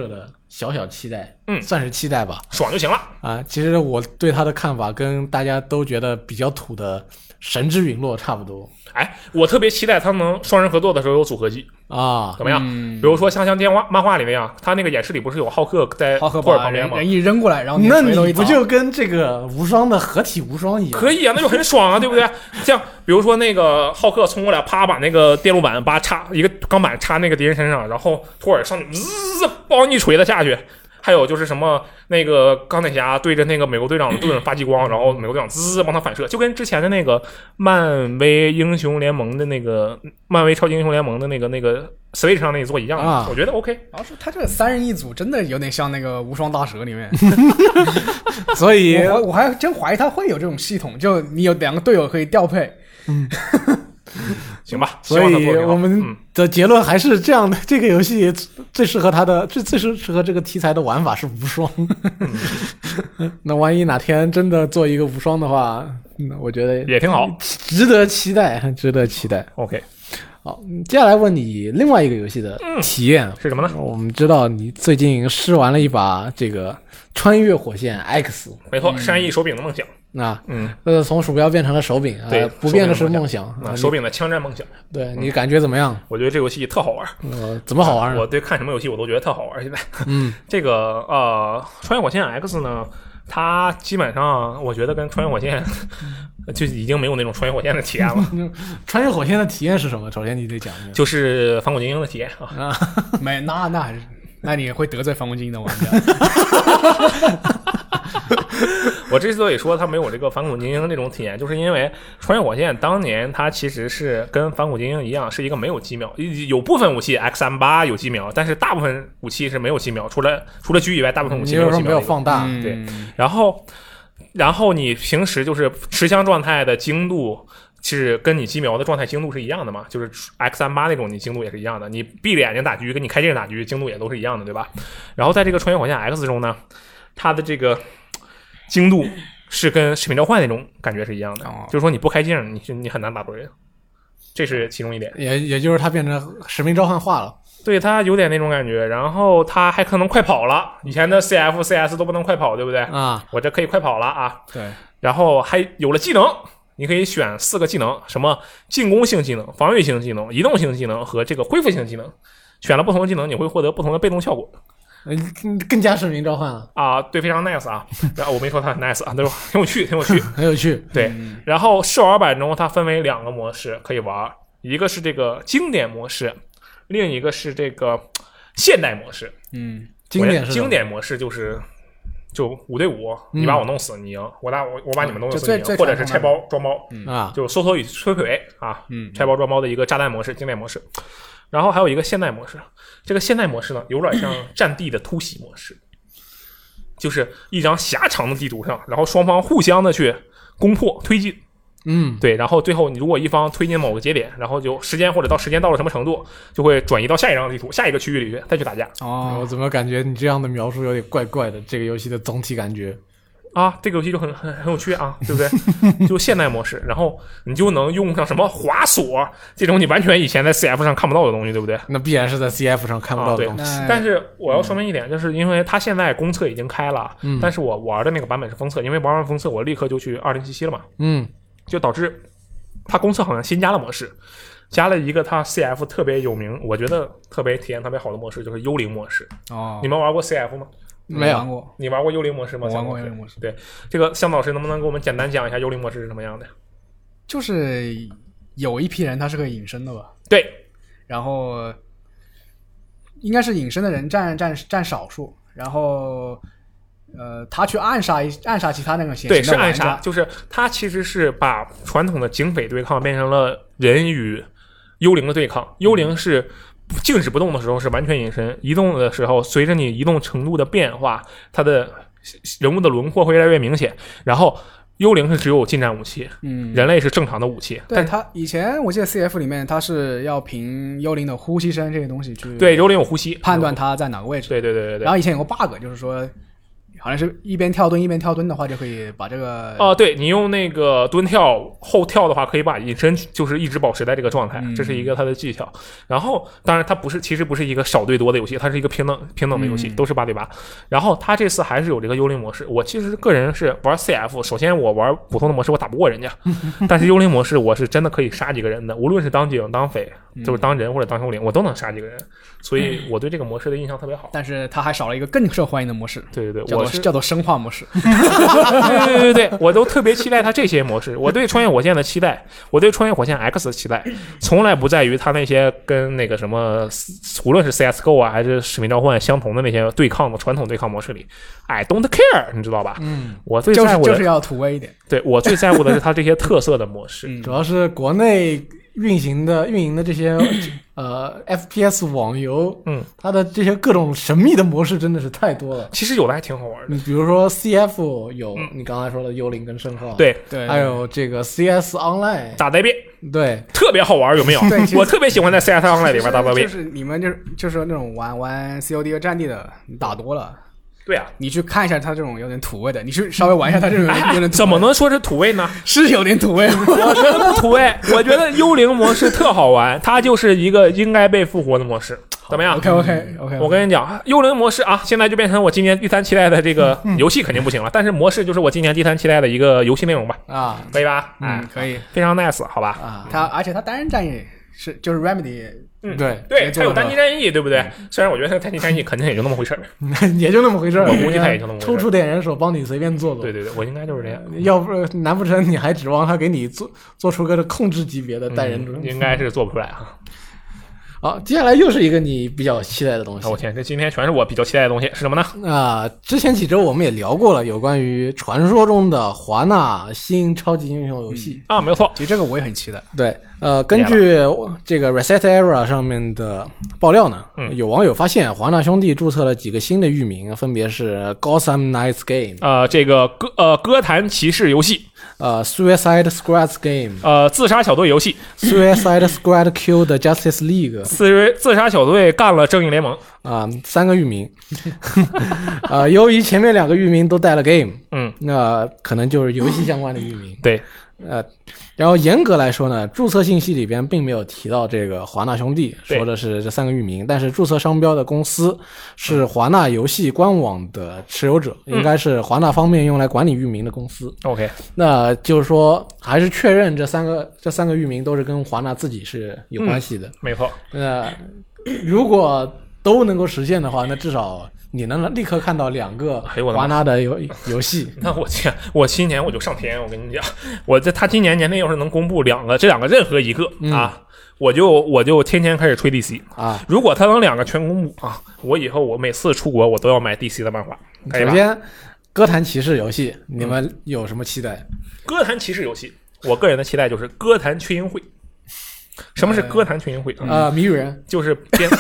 小小期待， 嗯， 算是期待吧， 爽就行了啊。其实我对他的看法跟大家都觉得比较土的神之陨落差不多。 哎，我特别期待他能双人合作的时候有组合技啊， 怎么样？ 嗯、 比如说像像电话漫画里那样，他那个演示里不是有浩克在浩克托尔旁边吗？ 人一扔过来，然后那你不就跟这个无双的合体无双一样？ 可以啊，那就很爽啊，对不对？像比如说那个浩克冲过来，啪把那个电路板把插一个钢板插那个敌人身上，然后托尔上去滋梆一锤子下去。还有就是什么那个钢铁侠对着那个美国队长的盾发激光，然后美国队长滋帮他反射，就跟之前的那个漫威英雄联盟的那个漫威超级英雄联盟的那个那个 Switch 上那一座一样、啊、我觉得 OK。 然后说他这个三人一组真的有点像那个无双大蛇里面， 所以我我还真怀疑他会有这种系统，就你有两个队友可以调配。 嗯。 行吧， 所以我们的结论还是这样的：这个游戏最适合它的、最最适合这个题材的玩法是无双。那万一哪天真的做一个无双的话，那我觉得也挺好， 值得期待，值得期待。 OK， 好，接下来问你另外一个游戏的体验、 嗯、是什么呢？ 我们知道你最近试玩了一把这个《穿越火线 X》， 没错，山翼手柄的梦想。 啊， 嗯， 呃，从鼠标变成了手柄， 对， 呃、不变的是梦想， 啊，手柄的枪战梦想。 对你感觉怎么样？ 我觉得这游戏特好玩。 呃，怎么好玩、啊？ 我对看什么游戏我都觉得特好玩。现在， 嗯， 这个呃，穿越火线 X 呢，它基本上我觉得跟穿越火线就已经没有那种穿越火线的体验了。 穿越火线的体验是什么？首先你得讲一下， 就是反恐精英的体验啊。 啊， 没，那那还是，那你会得罪反恐精英的玩家。 我之所以说它没有这个反恐精英那种体验，就是因为穿越火线当年它其实是跟反恐精英一样，是一个没有机瞄，有部分武器 X 三十八 有机瞄，但是大部分武器是没有机瞄，除了除了狙以外，大部分武器没有机瞄， 没有放大。 对，然后然后你平时就是持枪状态的精度是跟你机瞄的状态精度是一样的嘛，就是 X 三十八 那种你精度也是一样的，你闭着眼睛打狙跟你开镜打狙精度也都是一样的，对吧？然后在这个穿越火线 X 中呢，它的这个精度是跟使命召唤那种感觉是一样的，哦、就是说你不开镜，你你很难打到人，这是其中一点。 也也就是它变成使命召唤化了， 对，它有点那种感觉。然后它还可能快跑了，以前的 C F、C S 都不能快跑，对不对？ 啊， 我这可以快跑了啊。 对。 然后还有了技能，你可以选四个技能，什么进攻性技能、防御性技能、移动性技能和这个恢复性技能。选了不同的技能，你会获得不同的被动效果。 嗯，更加使命召唤了啊！对，非常 nice 啊！然后我没说它很 nice 啊，对吧？挺有趣，挺有趣， 很有趣。 对，嗯、然后试玩版中它分为两个模式可以玩，一个是这个经典模式，另一个是这个现代模式。 嗯，经典是经典模式就是就五对五，你把我弄死你赢，嗯、我打我我把你们弄死你赢， 嗯、 或者是拆包装包、 嗯、啊， 就缩头与摧毁啊，嗯，拆包装包的一个炸弹模式，经典模式。然后还有一个现代模式，这个现代模式呢，有点像战地的突袭模式，就是一张狭长的地图上，然后双方互相的去攻破推进， 嗯， 对，然后最后你如果一方推进某个节点，然后就时间或者到时间到了什么程度，就会转移到下一张地图、下一个区域里去再去打架。 哦，我怎么感觉你这样的描述有点怪怪的？这个游戏的总体感觉。 啊，这个游戏就很很很有趣啊，对不对？就现代模式，然后你就能用上什么滑索这种你完全以前在 C F 上看不到的东西，对不对？ 那必然是在 C F 上看不到的东西。 啊、但是我要说明一点，就是因为它现在公测已经开了，嗯、但是我玩的那个版本是封测，因为玩完封测我立刻就去二零七七了嘛， 嗯， 就导致它公测好像新加了模式，加了一个它 C F 特别有名，我觉得特别体验特别好的模式，就是幽灵模式。 哦， 你们玩过 C F 吗？ 没有玩过， 你玩过幽灵模式吗？ 我玩过幽灵模式。 对，这个向老师能不能给我们简单讲一下幽灵模式是什么样的？ 就是有一批人他是可以隐身的吧？ 对， 然后应该是隐身的人占占占少数，然后呃，他去暗杀一暗杀其他那个显对是暗杀，就是他其实是把传统的警匪对抗变成了人与幽灵的对抗，幽灵是。静止不动的时候是完全隐身，移动的时候随着你移动程度的变化，它的人物的轮廓会越来越明显。然后幽灵是只有近战武器，嗯，人类是正常的武器。 对，它以前我记得 C F 里面它是要凭幽灵的呼吸声这些东西去对幽灵有呼吸判断它在哪个位置。 对对对对对。 然后以前有个 bug 就是说， 好像是一边跳蹲一边跳蹲的话，就可以把这个哦、呃，对你用那个蹲跳后跳的话，可以把隐身就是一直保持在这个状态，嗯、这是一个它的技巧。然后，当然它不是，其实不是一个少对多的游戏，它是一个平等平等的游戏，嗯、都是八对八。然后它这次还是有这个幽灵模式。我其实个人是玩 C F， 首先我玩普通的模式我打不过人家，但是幽灵模式我是真的可以杀几个人的，无论是当警、当匪，就是当人或者当幽灵，我都能杀几个人。所以我对这个模式的印象特别好。 但是它还少了一个更受欢迎的模式， 对对对， 我是叫做生化模式。 对对对对，我都特别期待它这些模式。我对穿越火线的期待，我对穿越火线 X 的期待，从来不在于它那些跟那个什么，无论是 C S G O 啊还是使命召唤相同的那些对抗的传统对抗模式里 ，I don't care， 你知道吧？ 嗯， 我最在乎的、 就是、就是要土味一点。 对，我最在乎的是它这些特色的模式， 嗯、主要是国内运行的运营的这些呃 F P S 网游， 嗯， 它的这些各种神秘的模式真的是太多了。 其实有的还挺好玩的。 你比如说 C F 有、嗯、你刚才说的幽灵跟生化， 对对， 还有这个 C S Online 打代变， 对， 特别好玩，有没有？ 对， 我特别喜欢在 C S Online 里边打代变。 就是你们就是就是那种玩玩 C O D 和战地的，你打多了。 对啊， 你去看一下他这种有点土味的，你去稍微玩一下他这种有点土味、哎、 怎么能说是土味呢？ 是有点土味， 我觉得不土味。我觉得幽灵模式特好玩，它就是一个应该被复活的模式，怎么样 ？OK OK OK， 我跟你讲，幽灵模式啊，现在就变成我今年第三期待的这个游戏肯定不行了，但是模式就是我今年第三期待的一个游戏内容吧？ 啊， 可以吧？ 嗯， 哎、 可以， 非常 nice， 好吧？ 啊，它而且它单人战役是就是 Remedy。 嗯， 对对，它有单机战役，对不对？虽然我觉得它单机战役肯定也就那么回事儿， 也就那么回事儿。 我估计它也就那么回事儿。 抽出点人手帮你随便做做。 对对对，我应该就是这样。 要不难不成你还指望他给你做做出个控制级别的带人、 嗯？应该是做不出来啊。 好，接下来又是一个你比较期待的东西。 我、哦、天，这今天全是我比较期待的东西，是什么呢？ 啊、呃，之前几周我们也聊过了，有关于传说中的华纳新超级英雄游戏、 嗯、啊，没有错。 其实这个我也很期待。 对，呃，根据这个 Reset Era 上面的爆料呢， 嗯、 有网友发现华纳兄弟注册了几个新的域名，分别是 Gotham Knights Game， 呃，这个歌呃歌坛骑士游戏。 呃 ，Suicide Squad Game， 呃，自杀小队游戏 ，Suicide Squad Killed the Justice League， 自自杀小队干了正义联盟啊、呃，三个域名。啊、呃，由于前面两个域名都带了 Game， 嗯， 那可能就是游戏相关的域名。 对， 呃，然后严格来说呢，注册信息里边并没有提到这个华纳兄弟，说的是这三个域名，但是注册商标的公司是华纳游戏官网的持有者，嗯、应该是华纳方面用来管理域名的公司。 OK， 那就是说还是确认这三个这三个域名都是跟华纳自己是有关系的。 嗯、没错。 那如果都能够实现的话，那至少你能立刻看到两个华纳的游游戏。 那我天，我今年我就上天！我跟你讲，我这他今年年内要是能公布两个，这两个任何一个、嗯、啊，我就我就天天开始吹 D C 啊。 如果他能两个全公布啊，我以后我每次出国我都要买 D C 的漫画。 首先，歌坛骑士游戏，你们有什么期待？ 嗯、歌坛骑士游戏，我个人的期待就是歌坛群英会。什么是歌坛群英会？ 呃，谜语人就是编，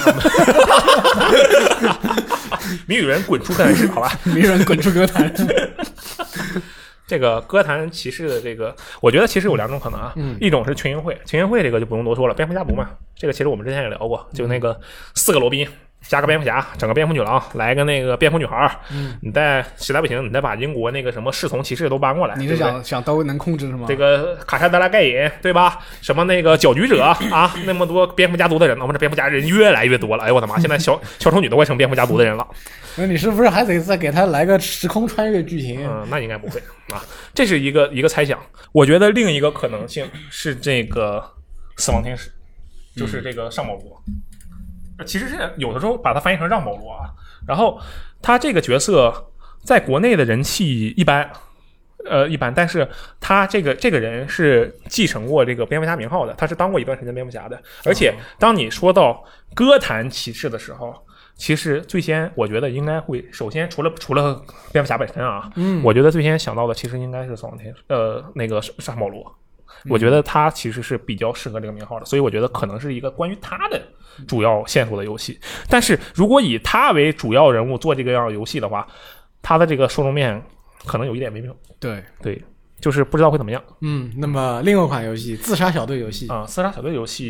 谜语人滚出歌坛市，好吧？ 谜语人滚出歌坛。 这个歌坛骑士的这个，我觉得其实有两种可能啊， 嗯、 一种是群英会，群英会这个就不用多说了，蝙蝠侠族嘛，这个其实我们之前也聊过，就那个四个罗宾。加个蝙蝠侠，整个蝙蝠女郎，来个那个蝙蝠女孩， 嗯， 你再实在不行，你再把英国那个什么侍从骑士都搬过来。 你是想对对想都能控制是吗？ 这个卡夏德拉盖隐，对吧？什么那个搅局者啊，那么多蝙蝠家族的人，我们这蝙蝠侠人越来越多了。哎呦我的妈！现在小小丑女都快成蝙蝠家族的人了。 那你是不是还得再给他来个时空穿越剧情？ 嗯，那应该不会啊。这是一个一个猜想。我觉得另一个可能性是这个死亡天使，就是这个上保罗。嗯其实是有的时候把它翻译成让保罗啊，然后他这个角色在国内的人气一般，呃一般，但是他这个这个人是继承过这个蝙蝠侠名号的，他是当过一段时间蝙蝠侠的，而且当你说到歌坛骑士的时候，其实最先我觉得应该会首先除了除了蝙蝠侠本身啊， 嗯， 我觉得最先想到的其实应该是死亡天使，呃那个沙保罗。我觉得他其实是比较适合这个名号的，所以我觉得可能是一个关于他的主要线索的游戏。但是如果以他为主要人物做这个样的游戏的话，他的这个受众面可能有一点微妙。 对对，就是不知道会怎么样。 嗯，那么另外一款游戏自杀小队游戏啊、呃，自杀小队游戏，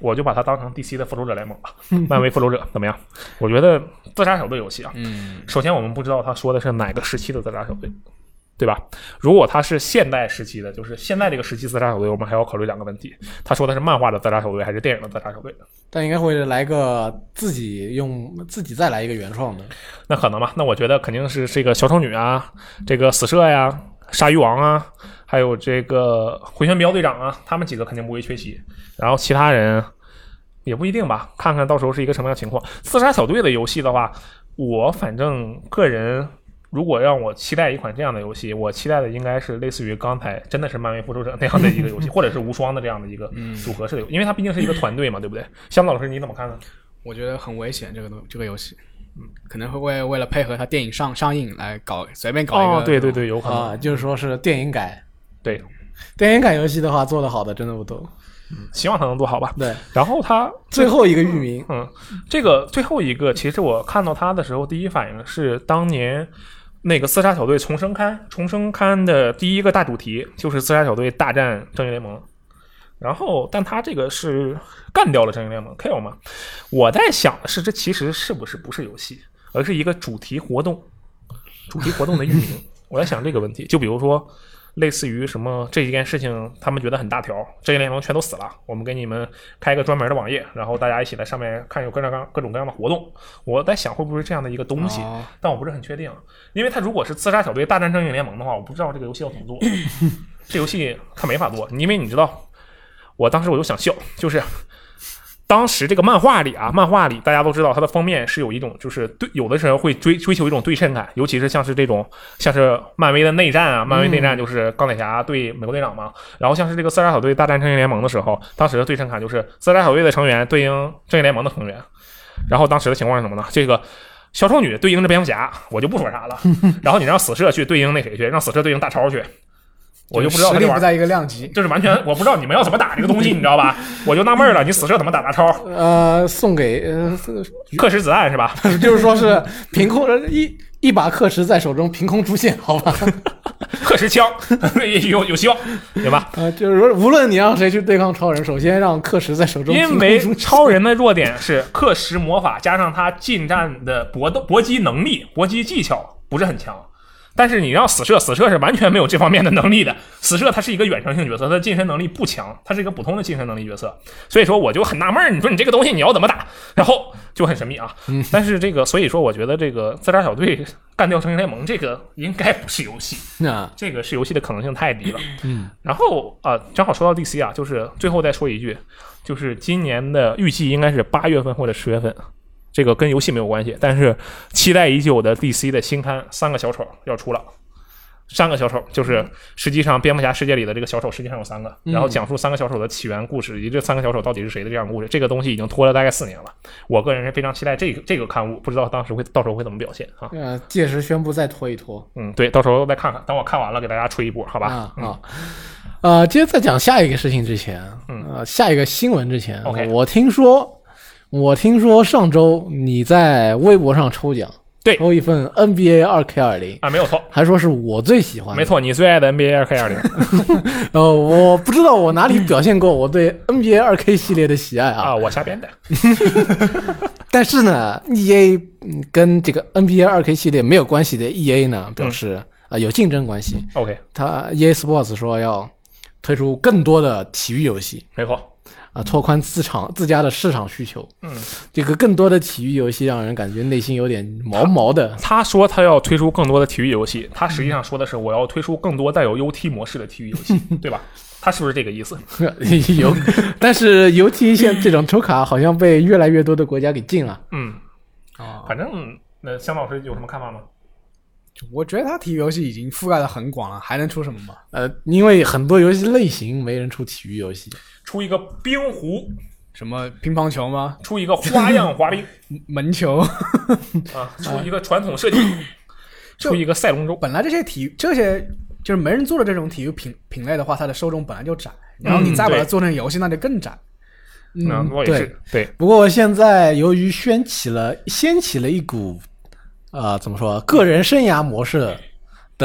我就把它当成 D C 的复仇者联盟吧，漫威复仇者怎么样？我觉得自杀小队游戏啊， 嗯， 首先我们不知道他说的是哪个时期的自杀小队，对吧？如果他是现代时期的，就是现在这个时期自杀小队，我们还要考虑两个问题：他说的是漫画的自杀小队还是电影的自杀小队？ 但应该会来个自己用自己再来一个原创的， 那可能吧？那我觉得肯定是这个小丑女啊，这个死射呀、鲨鱼王啊，还有这个回旋镖队长啊，他们几个肯定不会缺席。然后其他人也不一定吧，看看到时候是一个什么样的情况。自杀小队的游戏的话，我反正个人。如果让我期待一款这样的游戏，我期待的应该是类似于刚才真的是漫威复仇者那样的一个游戏，或者是无双的这样的一个组合式的游戏，因为它毕竟是一个团队嘛，对不对？香子老师你怎么看呢？ 我觉得很危险，这个这个游戏，嗯，可能会为为了配合它电影上上映来搞随便搞一个， 哦，对对对，有可能、 啊，就是说是电影改， 对， 电影改游戏的话做得好的真的不多。 嗯，希望他能做好吧。 对， 然后他最后一个域名， 嗯，这个最后一个，其实我看到他的时候，第一反应是当年。那个自杀小队重生刊，重生刊的第一个大主题就是自杀小队大战正义联盟，然后但他这个是干掉了正义联盟 kill 嘛？我在想的是，这其实是不是不是游戏，而是一个主题活动，主题活动的域名。我在想这个问题，就比如说。类似于什么这一件事情他们觉得很大条，正义联盟全都死了，我们给你们开个专门的网页，然后大家一起在上面看有各种各种各样的活动。我在想会不会是这样的一个东西、哦、但我不是很确定，因为它如果是自杀小队大战正义联盟的话，我不知道这个游戏要怎么做。这游戏它没法做，因为你知道我当时我就想笑，就是当时这个漫画里啊，漫画里大家都知道它的封面是有一种就是对有的时候会追追求一种对称感，尤其是像是这种像是漫威的内战啊，漫威内战就是钢铁侠对美国队长嘛、嗯、然后像是这个自杀小队大战正义联盟的时候，当时的对称感就是自杀小队的成员对应正义联盟的成员，然后当时的情况是什么呢？这个小丑女对应着蝙蝠侠，我就不说啥了，然后你让死射去对应那谁去，让死射对应大超去，我就不知道他实力不在一个量级， 就是完全我不知道你们要怎么打这个东西，你知道吧？我就纳闷了，你死射怎么打大超？ 呃，送给呃克什子弹是吧？ 就是说是凭空一一把克什在手中凭空出现，好吧？ 克什枪有有希望，对吧？ 呃，就是说无论你让谁去对抗超人，首先让克什在手中凭空出现。 因为超人的弱点是克什魔法加上他近战的搏斗搏击能力、搏击技巧不是很强。但是你让死射，死射是完全没有这方面的能力的。死射他是一个远程性角色，他的近身能力不强，他是一个普通的近身能力角色。所以说我就很纳闷，你说你这个东西你要怎么打？然后就很神秘啊。嗯、但是这个，所以说我觉得这个自杀小队干掉正义联盟这个应该不是游戏， 那这个是游戏的可能性太低了。嗯。然后啊、呃，正好说到 D C 啊，就是最后再说一句，就是今年的预计应该是八月份或者十月份。这个跟游戏没有关系，但是期待已久的 D C 的新刊三个小丑要出了。三个小丑就是实际上蝙蝠侠世界里的这个小丑实际上有三个，然后讲述三个小丑的起源故事以及这三个小丑到底是谁的这样的故事。这个东西已经拖了大概四年了，我个人是非常期待这个这个刊物，不知道当时会到时候会怎么表现啊？ 呃，届时宣布再拖一拖。 嗯，对，到时候再看看，等我看完了给大家吹一波，好吧？ 啊、嗯、啊。呃，接着在讲下一个事情之前，嗯，呃，下一个新闻之前 ，OK， 我听说。我听说上周你在微博上抽奖， 对， 抽一份 N B A 二 K 二十啊，没有错， 还说是我最喜欢的， 没错，你最爱的 N B A 二 K 二十。 呃，我不知道我哪里表现过我对 N B A 二 K 系列的喜爱啊， 啊，我瞎编的。 但是呢 ，E A 跟这个 N B A 二 K 系列没有关系的 E A 呢，表示啊、嗯呃、有竞争关系。 OK， 他 E A Sports 说要推出更多的体育游戏， 没错。 啊，拓宽自场自家的市场需求。 嗯， 这个更多的体育游戏让人感觉内心有点毛毛的。 他, 他说他要推出更多的体育游戏，他实际上说的是我要推出更多带有 U T 模式的体育游戏，对吧？他是不是这个意思？ 有，但是 U T 现这种抽卡好像被越来越多的国家给禁了。 嗯，哦，反正那香老师有什么看法吗？ 我觉得他体育游戏已经覆盖的很广了，还能出什么吗？ 呃，因为很多游戏类型没人出体育游戏。 出一个冰壶， 什么乒乓球吗？ 出一个花样滑冰， 门球啊，出一个传统射击，出一个赛龙舟。 本来这些体育这些就是没人做的这种体育品品类的话，它的受众本来就窄，然后你再把它做成游戏，那就更窄。 嗯，嗯我也是 对, 对。 不过现在由于掀起了掀起了一股呃怎么说个人生涯模式的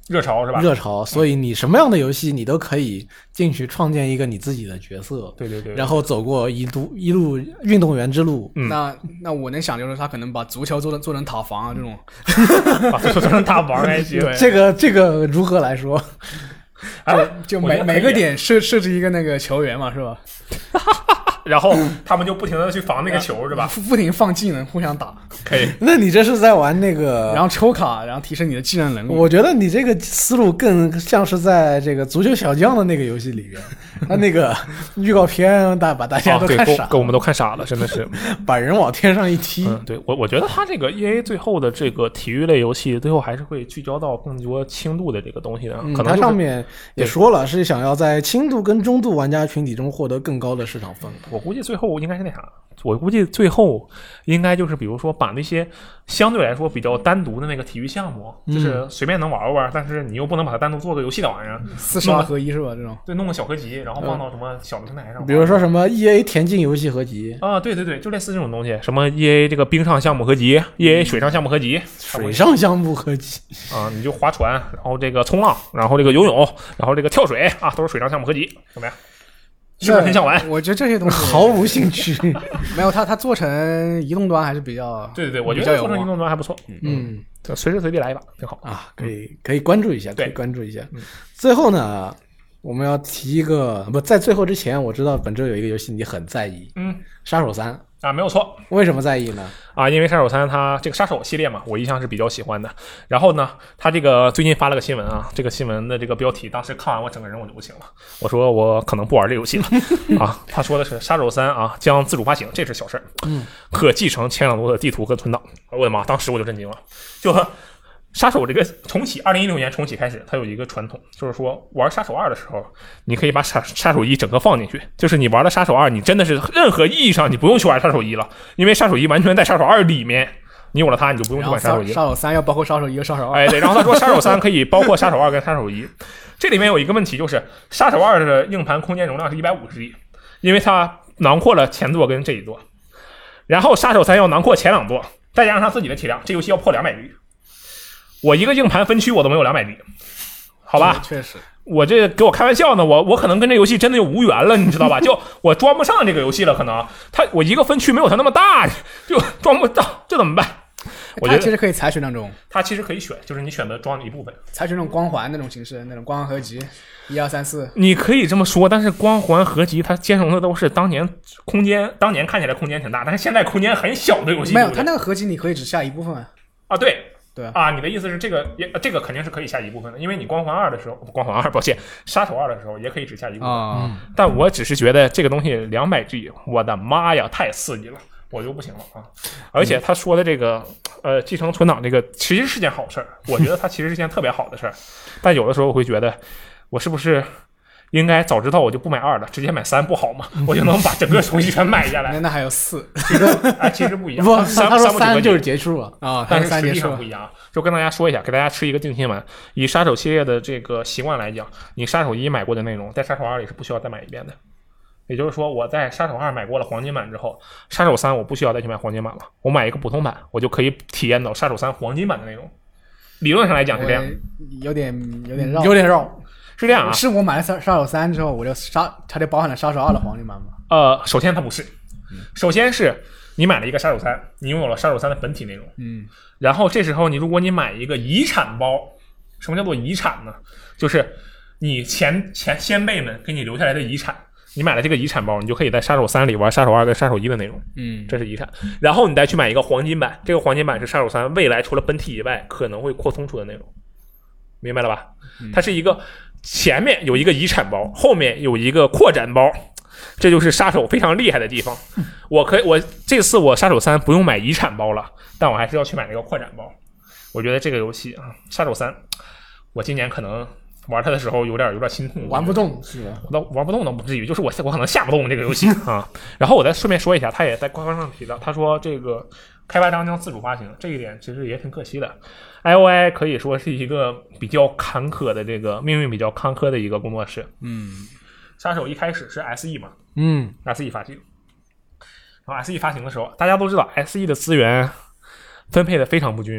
热潮是吧？ 热潮，所以你什么样的游戏你都可以进去创建一个你自己的角色， 对对 对, 对， 然后走过一路一路运动员之路。 嗯， 那那我能想就是他可能把足球做成做成塔防啊这种， 把足球做成塔防还行。 这个这个如何来说？ 就就每每个点设设置一个那个球员嘛，是吧？ 然后他们就不停的去防那个球，是吧？ 不不停放技能，互相打。 可以。 那你这是在玩那个？ 然后抽卡，然后提升你的技能能力。 我觉得你这个思路更像是在这个足球小将的那个游戏里边，他那个预告片大把大家都看傻了， 给我们都看傻了，真的是把人往天上一踢。 嗯，对我我觉得他这个 E A 最后的这个体育类游戏，最后还是会聚焦到更多轻度的这个东西的。 嗯、 可能、就是、 他上面也说了，是想要在轻度跟中度玩家群体中获得更高的市场份额。 我估计最后应该是那啥，我估计最后应该就是比如说把那些相对来说比较单独的那个体育项目，嗯、就是随便能玩玩，但是你又不能把它单独做个游戏的玩意儿， 四十二合一是吧？这种对，弄个小合集，然后放到什么小的平台上， 嗯、比如说什么 E A 田径游戏合集啊，对对对，就类似这种东西，什么 E A 这个冰上项目合集 ，E A 水上项目合集， 水上项目合集啊，你就划船，然后这个冲浪，然后这个游泳，然后这个跳水啊，都是水上项目合集，怎么样？是不是很想玩？ 我觉得这些东西毫无兴趣。 没有，它它做成移动端还是比较…… 对对对，我觉得做成移动端还不错。 嗯， 随时随地来一把挺好啊，可以可以关注一下，可以关注一下。 嗯、 最后呢，我们要提一个，不在最后之前，我知道本周有一个游戏你很在意， 嗯， 杀手三啊，没有错。 为什么在意呢？ 啊，因为杀手三它这个杀手系列嘛，我一向是比较喜欢的。然后呢，他这个最近发了个新闻啊，这个新闻的这个标题，当时看完我整个人我就不行了，我说我可能不玩这游戏了啊。他说的是杀手三啊将自主发行，这是小事儿， 嗯， 可继承前两多的地图和存档。我的妈，当时我就震惊了，就。杀手这个重启，二零一六年重启开始，它有一个传统，就是说玩杀手二的时候，你可以把杀杀手一整个放进去，就是你玩了杀手二，你真的是任何意义上你不用去玩杀手一了，因为杀手一完全在杀手二里面，你有了它，你就不用去玩杀手一了。 杀手三要包括杀手一和杀手二。 哎，对，然后他说杀手三可以包括杀手二跟杀手一，这里面有一个问题，就是杀手二的硬盘空间容量是一百五十 G， 因为它囊括了前作跟这一作，然后杀手三要囊括前两作，再加上它自己的体量，这游戏要破两百 G。我一个硬盘分区我都没有两百 G， 好吧？ 确实， 我这给我开玩笑呢，我我可能跟这游戏真的就无缘了，你知道吧？就我装不上这个游戏了，可能它我一个分区没有它那么大，就装不到，这怎么办？我觉得它其实可以采取那种， 它其实可以选，就是你选择装一部分， 采取那种光环那种形式，那种光环合集，一二三四。 你可以这么说，但是光环合集它兼容的都是当年空间，当年看起来空间挺大，但是现在空间很小的游戏。 没有，它那个合集你可以只下一部分啊，对。 对啊，你的意思是这个也这个肯定是可以下一部分的，因为你光环二的时候，光环二，抱歉，杀手二的时候也可以只下一部分。 啊、嗯， 但我只是觉得这个东西两百 G， 我的妈呀，太刺激了，我就不行了啊！而且他说的这个呃继承存档这个其实是件好事儿，我觉得它其实是件特别好的事儿，但有的时候我会觉得我是不是应该早知道我就不买二了，直接买三不好吗？我就能把整个重新全买下来。 那那还有四， 其实哎，其实不一样。 不， 三他说三就是结束了啊， 但是实际上不一样。就跟大家说一下，给大家吃一个定心丸。以杀手系列的这个习惯来讲，你杀手一买过的内容，在杀手二里是不需要再买一遍的。也就是说，我在杀手二买过了黄金版之后，杀手三我不需要再去买黄金版了，我买一个普通版，我就可以体验到杀手三黄金版的内容。理论上来讲是这样， 有点有点绕， 有点绕。 是这样啊， 是我买了杀杀手三之后，我就杀，它就包含了杀手二的黄金版吗？ 呃，首先它不是，首先是你买了一个杀手三，你拥有了杀手三的本体内容， 嗯， 然后这时候你如果你买一个遗产包，什么叫做遗产呢？就是你前前先辈们给你留下来的遗产，你买了这个遗产包，你就可以在杀手三里玩杀手二跟杀手一的内容， 嗯， 这是遗产。然后你再去买一个黄金版，这个黄金版是杀手三未来除了本体以外可能会扩充出的内容，明白了吧？它是一个前面有一个遗产包，后面有一个扩展包，这就是杀手非常厉害的地方。我可以，我这次我杀手三不用买遗产包了，但我还是要去买那个扩展包。我觉得这个游戏啊，杀手三，我今年可能玩它的时候有点有点心痛， 玩不动是吧？ 我玩不动倒不至于，就是我我可能下不动这个游戏啊。然后我再顺便说一下，他也在官方上提到，他说这个开发商将自主发行，这一点其实也挺可惜的。I O I 可以说是一个比较坎坷的这个命运比较坎坷的一个工作室。 嗯， 杀手一开始是 S E 嘛， 嗯 ，S E 发行，然后 S E 发行的时候，大家都知道 S E 的资源分配的非常不均匀。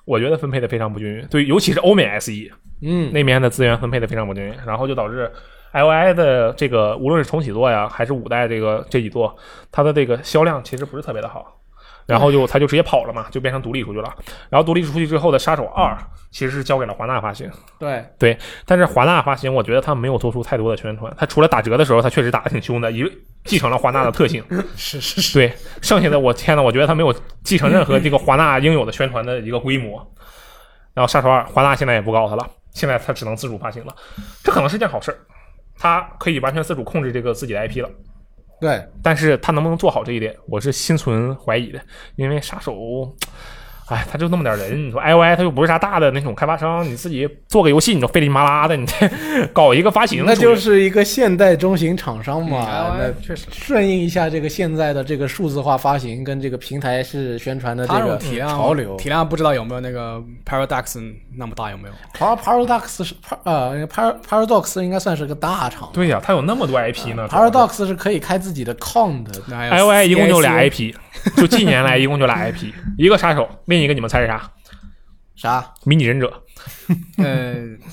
我觉得分配的非常不均匀，对，尤其是欧美 S E， 嗯， 那边的资源分配的非常不均匀，然后就导致 I O I 的这个无论是重启作呀，还是五代这个这几作，它的这个销量其实不是特别的好。然后就他就直接跑了嘛，就变成独立出去了。然后独立出去之后的杀手二其实是交给了华纳发行。 对对，但是华纳发行，我觉得他没有做出太多的宣传。他除了打折的时候，他确实打得挺凶的，一继承了华纳的特性。 是是是。 对，剩下的我天呐，我觉得他没有继承任何这个华纳应有的宣传的一个规模。然后杀手二，华纳现在也不告他了，现在他只能自主发行了，这可能是件好事，他可以完全自主控制这个自己的 I P 了。 对， 但是他能不能做好这一点，我是心存怀疑的，因为杀手，哎，他就那么点人，你说 I O I 他又不是啥大的那种开发商，你自己做个游戏你就费力麻拉的，你搞一个发行， 那就是一个现代中型厂商嘛， 嗯、 那确实顺应一下这个现在的这个数字化发行跟这个平台式宣传的这个体量潮流。 体量不知道有没有那个 Paradox 那么大，有没有 ？Paradox 是呃 Paradox 应该算是个大厂。 对呀、啊，他有那么多 I P 呢。 Paradox 是可以开自己的 con 的 ，I O I 一共就俩 I P， 就近年来一共就俩 I P， 一个杀手，另一个你们猜是啥？ 啥？ 迷你忍者。 呃，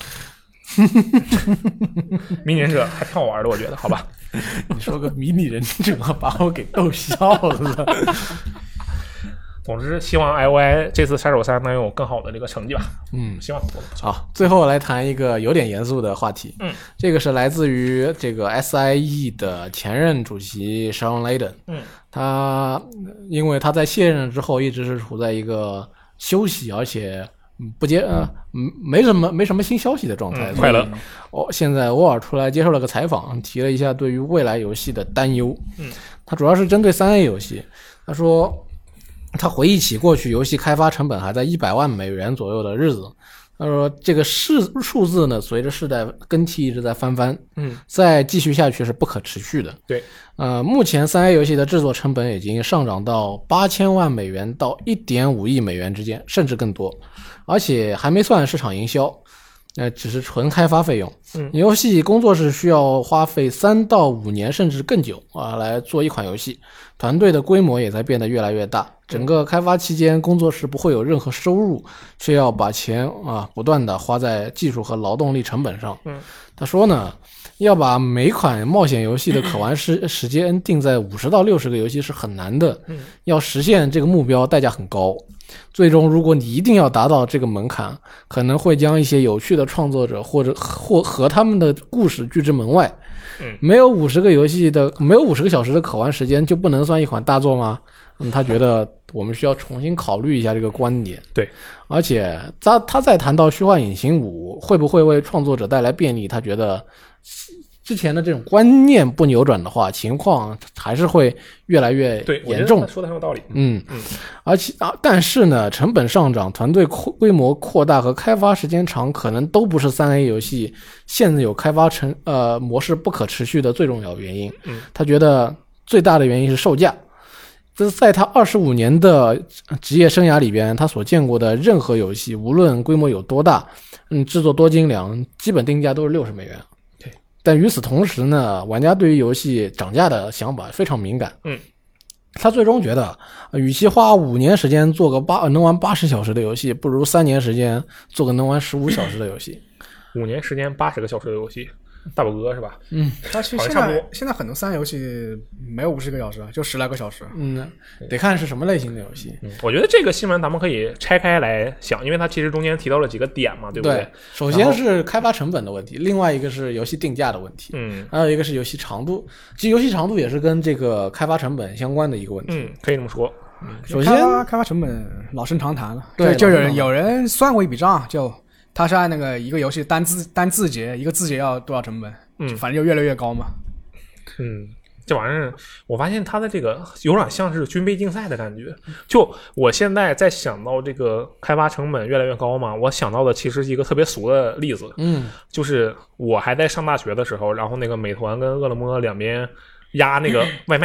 迷你忍者还挺好玩的，我觉得，好吧。 你说个迷你忍者，把我给逗笑了。 总之，希望 I O I 这次杀手三能有更好的这个成绩吧。 嗯， 希望。 好，最后来谈一个有点严肃的话题。 嗯， 这个是来自于这个 S I E 的前任主席 Shawn Layden。 嗯， 他因为他在卸任之后一直是处在一个休息，而且不接呃没什么没什么新消息的状态。 嗯、快乐。 哦，现在偶尔出来接受了个采访，提了一下对于未来游戏的担忧。 嗯， 他主要是针对三 A 游戏，他说。他回忆起过去游戏开发成本还在一百万美元左右的日子，他说这个数数字呢，随着世代更替一直在翻番， 嗯， 再继续下去是不可持续的。 对， 呃，目前三 A 游戏的制作成本已经上涨到八千万美元到一点五亿美元之间，甚至更多，而且还没算市场营销。呃，只是纯开发费用。 嗯， 游戏工作室需要花费三到五年甚至更久啊来做一款游戏，团队的规模也在变得越来越大。整个开发期间，工作室不会有任何收入，却要把钱啊不断的花在技术和劳动力成本上。 嗯， 他说呢，要把每款冒险游戏的可玩时时间定在五十到六十个游戏是很难的。 嗯， 要实现这个目标，代价很高。最终，如果你一定要达到这个门槛，可能会将一些有趣的创作者或者或和他们的故事拒之门外。 嗯， 没有五十个游戏的，没有五十个小时的可玩时间，就不能算一款大作吗？嗯，他觉得我们需要重新考虑一下这个观点。 对， 而且他他在谈到虚幻引擎五会不会为创作者带来便利，他觉得之前的这种观念不扭转的话，情况还是会越来越严重。 对，说的很有道理。 嗯嗯，而且啊，但是呢，成本上涨、团队规模扩大和开发时间长，可能都不是三 A 游戏现有开发成呃模式不可持续的最重要原因。 嗯， 他觉得最大的原因是售价。这是在他二十五年的职业生涯里边，他所见过的任何游戏，无论规模有多大，嗯，制作多精良，基本定价都是六十美元。但与此同时呢，玩家对于游戏涨价的想法非常敏感。 嗯， 他最终觉得，与其花五年时间做个八能玩八十小时的游戏，不如三年时间做个能玩十五小时的游戏。 五年时间八十个小时的游戏，大宝哥是吧？ 嗯， 他其实现在现在很多三游戏没有五十个小时，就十来个小时。 嗯，得看是什么类型的游戏。 嗯，我觉得这个新闻咱们可以拆开来想，因为它其实中间提到了几个点嘛，对不对？ 对，首先是开发成本的问题，另外一个是游戏定价的问题， 嗯， 还有一个是游戏长度。其实游戏长度也是跟这个开发成本相关的一个问题。 嗯，可以这么说。 嗯，首先开发开发成本老生常谈了， 对， 就有人有人算过一笔账，就他是按那个一个游戏单字单字节，一个字节要多少成本， 嗯， 反正就越来越高嘛。 嗯，这玩意儿我发现它的这个有点像是军备竞赛的感觉。就我现在在想到这个开发成本越来越高嘛，我想到的其实是一个特别俗的例子， 嗯， 就是我还在上大学的时候，然后那个美团跟饿了么两边压那个外卖的价，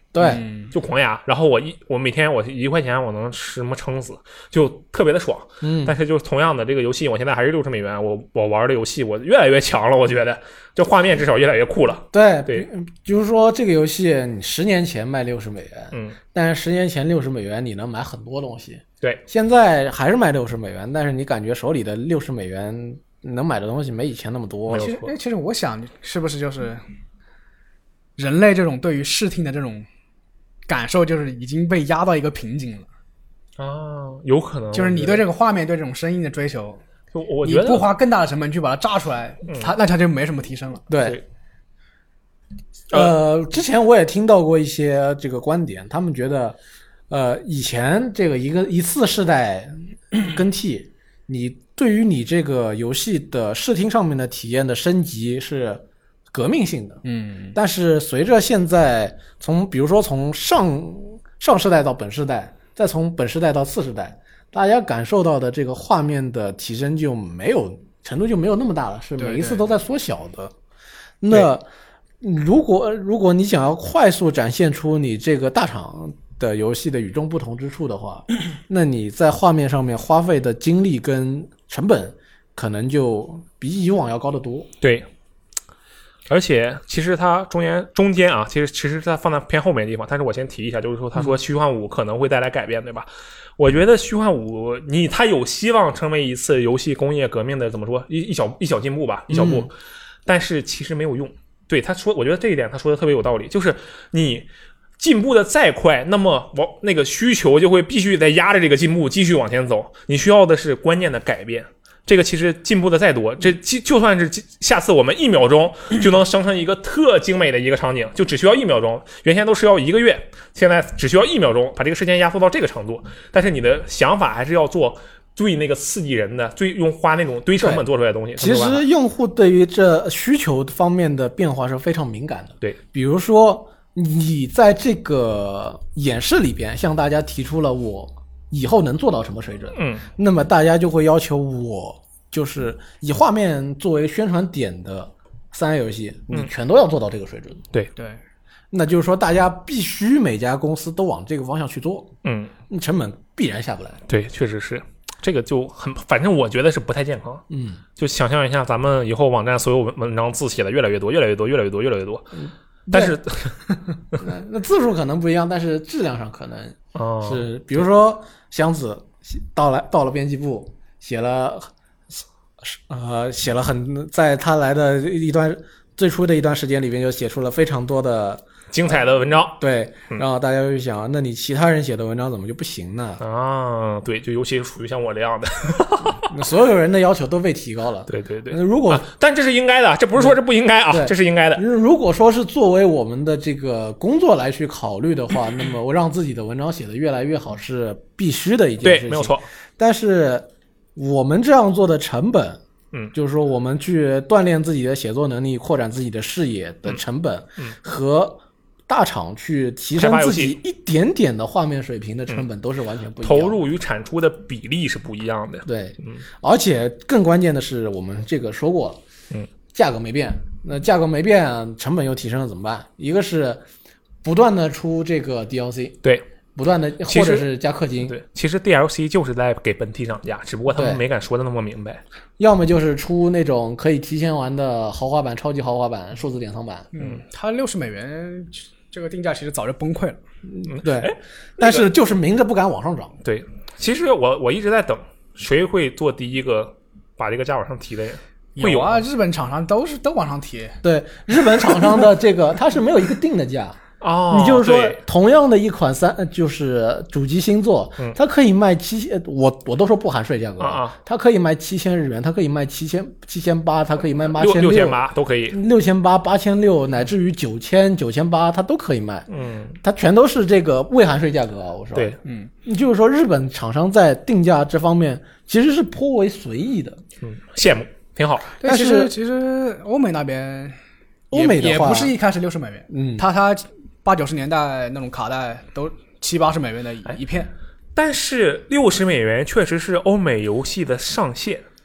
对， 就狂牙。然后我一我每天我一块钱我能什么撑死，就特别的爽。 嗯， 但是就同样的这个游戏，我现在还是六十美元，我我玩的游戏我越来越强了，我觉得这画面至少越来越酷了。 对对， 就是说这个游戏你十年前卖六十美元， 嗯， 但是十年前六十美元你能买很多东西。 对， 现在还是卖六十美元，但是你感觉手里的六十美元能买的东西没以前那么多。 其实，哎，其实我想是不是就是人类这种对于视听的这种感受，就是已经被压到一个瓶颈了。 啊，有可能， 就是你对这个画面、对这种声音的追求， 我觉得你不花更大的成本去把它炸出来，嗯、它那它就没什么提升了。 对。 对呃，之前我也听到过一些这个观点，他们觉得，呃，以前这个一个一次世代更替，你对于你这个游戏的视听上面的体验的升级是革命性的。 嗯， 但是随着现在从比如说从上上世代到本世代，再从本世代到次世代，大家感受到的这个画面的提升就没有程度就没有那么大了，是每一次都在缩小的。那如果如果你想要快速展现出你这个大厂的游戏的与众不同之处的话，那你在画面上面花费的精力跟成本可能就比以往要高得多。 对，而且其实它中间中间啊，其实其实它放在偏后面的地方，但是我先提一下，就是说他说虚幻五可能会带来改变，对吧？我觉得虚幻五你它有希望成为一次游戏工业革命的怎么说一一小一小进步吧，一小步，嗯、但是其实没有用。对他说，我觉得这一点他说的特别有道理，就是你进步的再快，那么往那个需求就会必须得压着这个进步继续往前走。你需要的是关键的改变。这个其实进步的再多，这就算是下次我们一秒钟就能生成一个特精美的一个场景，就只需要一秒钟。原先都是要一个月，现在只需要一秒钟，把这个时间压缩到这个程度。但是你的想法还是要做最那个刺激人的，最用花那种堆成本做出来的东西。 其实用户对于这需求方面的变化是非常敏感的。 对， 比如说你在这个演示里边向大家提出了我以后能做到什么水准， 嗯， 那么大家就会要求我就是以画面作为宣传点的三 A 游戏，你全都要做到这个水准。 嗯、对对， 那就是说大家必须每家公司都往这个方向去做， 嗯， 成本必然下不来。 对，确实是。这个就很，反正我觉得是不太健康。 嗯， 就想象一下，咱们以后网站所有文章字写的越来越多，越来越多，越来越多，越来越多。 嗯、 但是那，那字数可能不一样，但是质量上可能是， 哦、 比如说箱子到了到了编辑部，写了，呃，写了很，在他来的一段最初的一段时间里边，就写出了非常多的精彩的文章， 对，然后大家就想，那你其他人写的文章怎么就不行呢？ 啊，对，就尤其是属于像我这样的， 那所有人的要求都被提高了。 对对对， 如果、 啊、但这是应该的，这不是说这不应该啊，这是应该的。 如果说是作为我们的这个工作来去考虑的话，那么我让自己的文章写得越来越好是必须的一件事情， 对，没有错。 但是我们这样做的成本， 嗯， 就是说我们去锻炼自己的写作能力、扩展自己的视野的成本， 嗯， 和大厂去提升自己一点点的画面水平的成本都是完全不一样的， 投入与产出的比例是不一样的。 对， 嗯， 而且更关键的是，我们这个说过了， 嗯， 价格没变，那价格没变，成本又提升了怎么办？一个是不断的出这个 D L C， 对， 不断的或者是加氪金， 对，其实 D L C 就是在给本体涨价，只不过他们没敢说的那么明白。 要么就是出那种可以提前玩的豪华版、超级豪华版、数字典藏版， 嗯，它六十美元。这个定价其实早就崩溃了， 嗯，对，但是就是明着不敢往上涨。 对，其实我我一直在等谁会做第一个把这个价往上提的人。会有啊，日本厂商都是都往上提。 对，日本厂商的这个它是没有一个定的价。 哦， 你就是说，同样的一款三，就是主机新作， 嗯、 它可以卖七千，我我都说不含税价格啊啊， 它可以卖七千日元，它可以卖七千七千八，它可以卖八千六千八都可以， 六千八、八千六，乃至于九千、九千八，它都可以卖。 嗯， 它全都是这个未含税价格啊！我说， 对， 嗯，就是说日本厂商在定价这方面其实是颇为随意的， 嗯，羡慕，挺好。 但是其实其实欧美那边， 欧美的话也不是一开始六十美元， 嗯， 它它。八九十年代那种卡带都七八十美元的一片， 但是六十美元确实是欧美游戏的上限。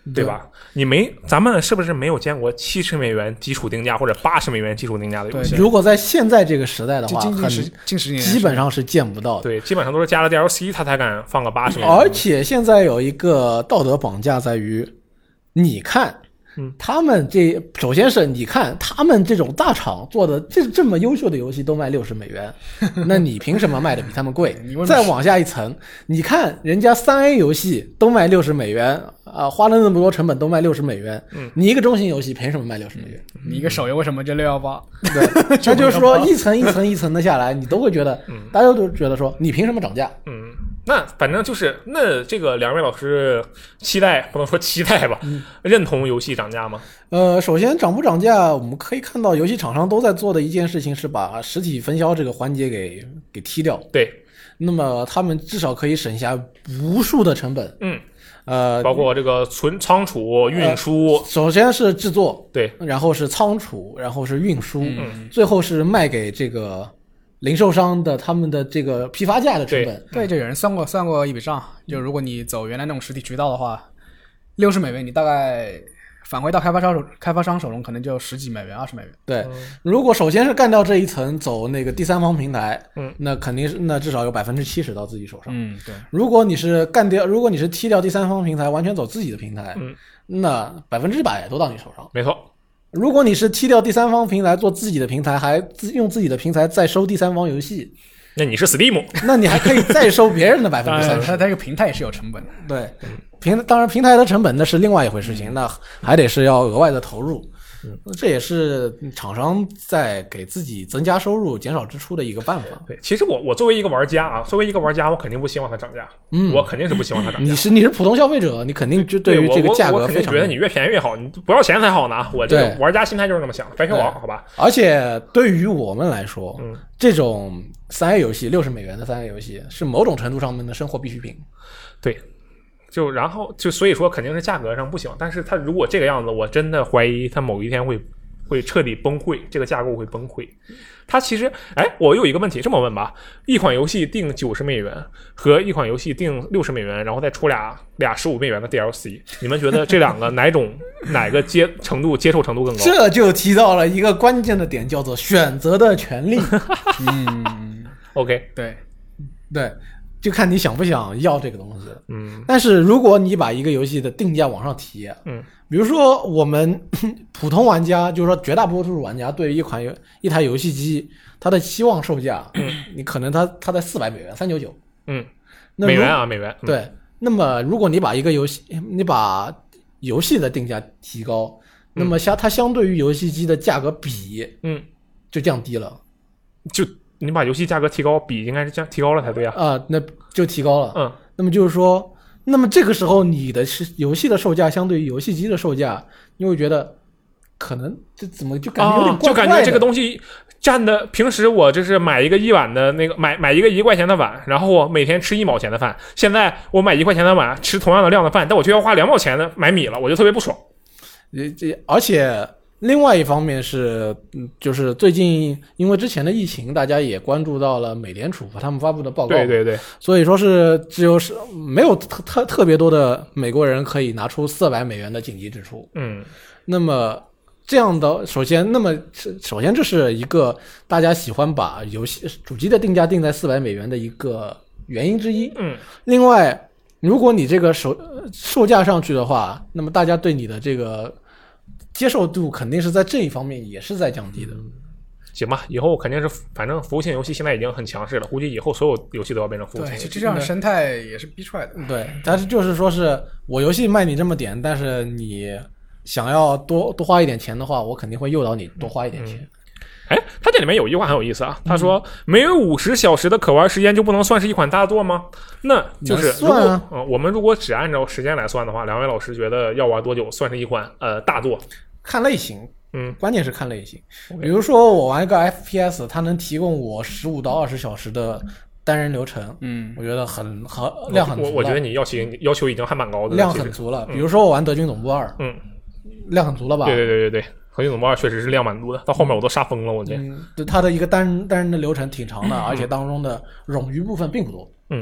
对吧？你没，咱们是不是没有见过七十美元基础定价或者八十美元基础定价的游戏？ 如果在现在这个时代的话， 近很近十年基本上是见不到的。 对，基本上都是加了 D L C 他才敢放个八十美元。 而且现在有一个道德绑架在于，你看。 嗯， 他们这首先是你看他们这种大厂做的这这么优秀的游戏都卖六十美元，那你凭什么卖的比他们贵？再往下一层，你看人家三 A 游戏都卖六十美元啊、呃，花了那么多成本都卖六十美元， 嗯， 你一个中型游戏凭什么卖六十美元？ 你一个手游为什么就六一八？ 对，那就是说一层一层一层的下来，你都会觉得，嗯，大家都觉得说你凭什么涨价？ 嗯。那反正就是那这个两位老师期待不能说期待吧、嗯、认同游戏涨价吗？ 呃，首先涨不涨价我们可以看到游戏厂商都在做的一件事情是把实体分销这个环节给给踢掉。 对， 那么他们至少可以省下无数的成本。 嗯， 呃， 包括这个存仓储运输、呃、 首先是制作， 对， 然后是仓储，然后是运输、 嗯、 最后是卖给这个零售商的他们的这个批发价的成本。 对，就有人算过算过一笔账，就如果你走原来那种实体渠道的话，六十美元你大概返回到开发商手开发商手中可能就十几美元二十美元。 对、嗯、如果首先是干掉这一层走那个第三方平台， 嗯， 那肯定是那至少有 百分之七十 到自己手上。 嗯，对。 如果你是干掉如果你是踢掉第三方平台完全走自己的平台， 嗯， 那百分之百都到你手上。 没错。 如果你是踢掉第三方平台做自己的平台，还用自己的平台再收第三方游戏， 那你是 Steam， 那你还可以再收别人的百分之三十。 它这个平台也是有成本的。 对，平当然平台的成本那是另外一回事情，那还得是要额外的投入。嗯，这也是厂商在给自己增加收入、减少支出的一个办法。 对，其实我我作为一个玩家啊，作为一个玩家，我肯定不希望它涨价。 嗯， 我肯定是不希望它涨价。 你是你是普通消费者，你肯定就对于这个价格非常。 我肯定觉得你越便宜越好，你不要钱才好拿。我这个玩家心态就是这么想，白嫖王，好吧？ 而且对于我们来说， 嗯， 这种三 A 游戏六十美元的三 A 游戏是某种程度上面的生活必需品。 对。就然后就所以说肯定是价格上不行，但是它如果这个样子，我真的怀疑它某一天会。会彻底崩溃，这个架构会崩溃。它其实，哎，我有一个问题，这么问吧：一款游戏定九十美元和一款游戏定六十美元，然后再出俩俩十五美元的 D L C， 你们觉得这两个哪种哪个接程度接受程度更高？ 这就提到了一个关键的点，叫做选择的权利。 嗯 ，OK， 对对。就看你想不想要这个东西。 嗯， 但是如果你把一个游戏的定价往上提， 嗯， 比如说我们普通玩家，就是说绝大多数玩家对于一款一台游戏机，它的期望售价， 嗯， 你可能它它在四百美元，三九九， 嗯，美元啊，美元。 对，嗯、那么如果你把一个游戏，你把游戏的定价提高，那么相它相对于游戏机的价格比， 嗯， 就降低了， 就。你把游戏价格提高，比应该是降提高了才对啊。 啊、呃，那就提高了。 嗯， 那么就是说，那么这个时候你的是游戏的售价相对于游戏机的售价，你会觉得可能这怎么就感觉有点怪怪的、啊、 就感觉这个东西占的，平时我就是买一个一碗的那个买买一个一块钱的碗，然后我每天吃一毛钱的饭。现在我买一块钱的碗，吃同样的量的饭，但我就要花两毛钱的买米了，我就特别不爽。 这而且。另外一方面是，就是最近因为之前的疫情，大家也关注到了美联储他们发布的报告， 对对对， 所以说是只有是没有特特特别多的美国人可以拿出四百美元的紧急支出， 嗯， 那么这样的，首先，那么首先这是一个大家喜欢把游戏主机的定价定在四百美元的一个原因之一， 嗯， 另外，如果你这个售售价上去的话，那么大家对你的这个接受度肯定是在这一方面也是在降低的。 行吧，以后肯定是，反正服务性游戏现在已经很强势了，估计以后所有游戏都要变成服务性游戏。 对，就这样的生态也是逼出来的。 对，但是就是说是我游戏卖你这么点，但是你想要多多花一点钱的话，我肯定会诱导你多花一点钱。 哎、嗯，他这里面有一句话很有意思啊，他说、嗯、没有五十小时的可玩时间就不能算是一款大作吗？那就是如果、 啊呃、我们如果只按照时间来算的话，两位老师觉得要玩多久算是一款呃大作？ 看类型。 嗯， 关键是看类型。比如说我玩一个 F P S， 它能提供我十五到二十小时的单人流程， 嗯， 我觉得很很量很足了。 我我觉得你要求要求已经还蛮高的， 量很足了。比如说我玩德军总部二， 嗯， 量很足了吧？ 对对对对对，德军总部二确实是量蛮足的，到后面我都杀疯了，我觉得。 嗯，它的一个单单人的流程挺长的，而且当中的冗余部分并不多。 嗯。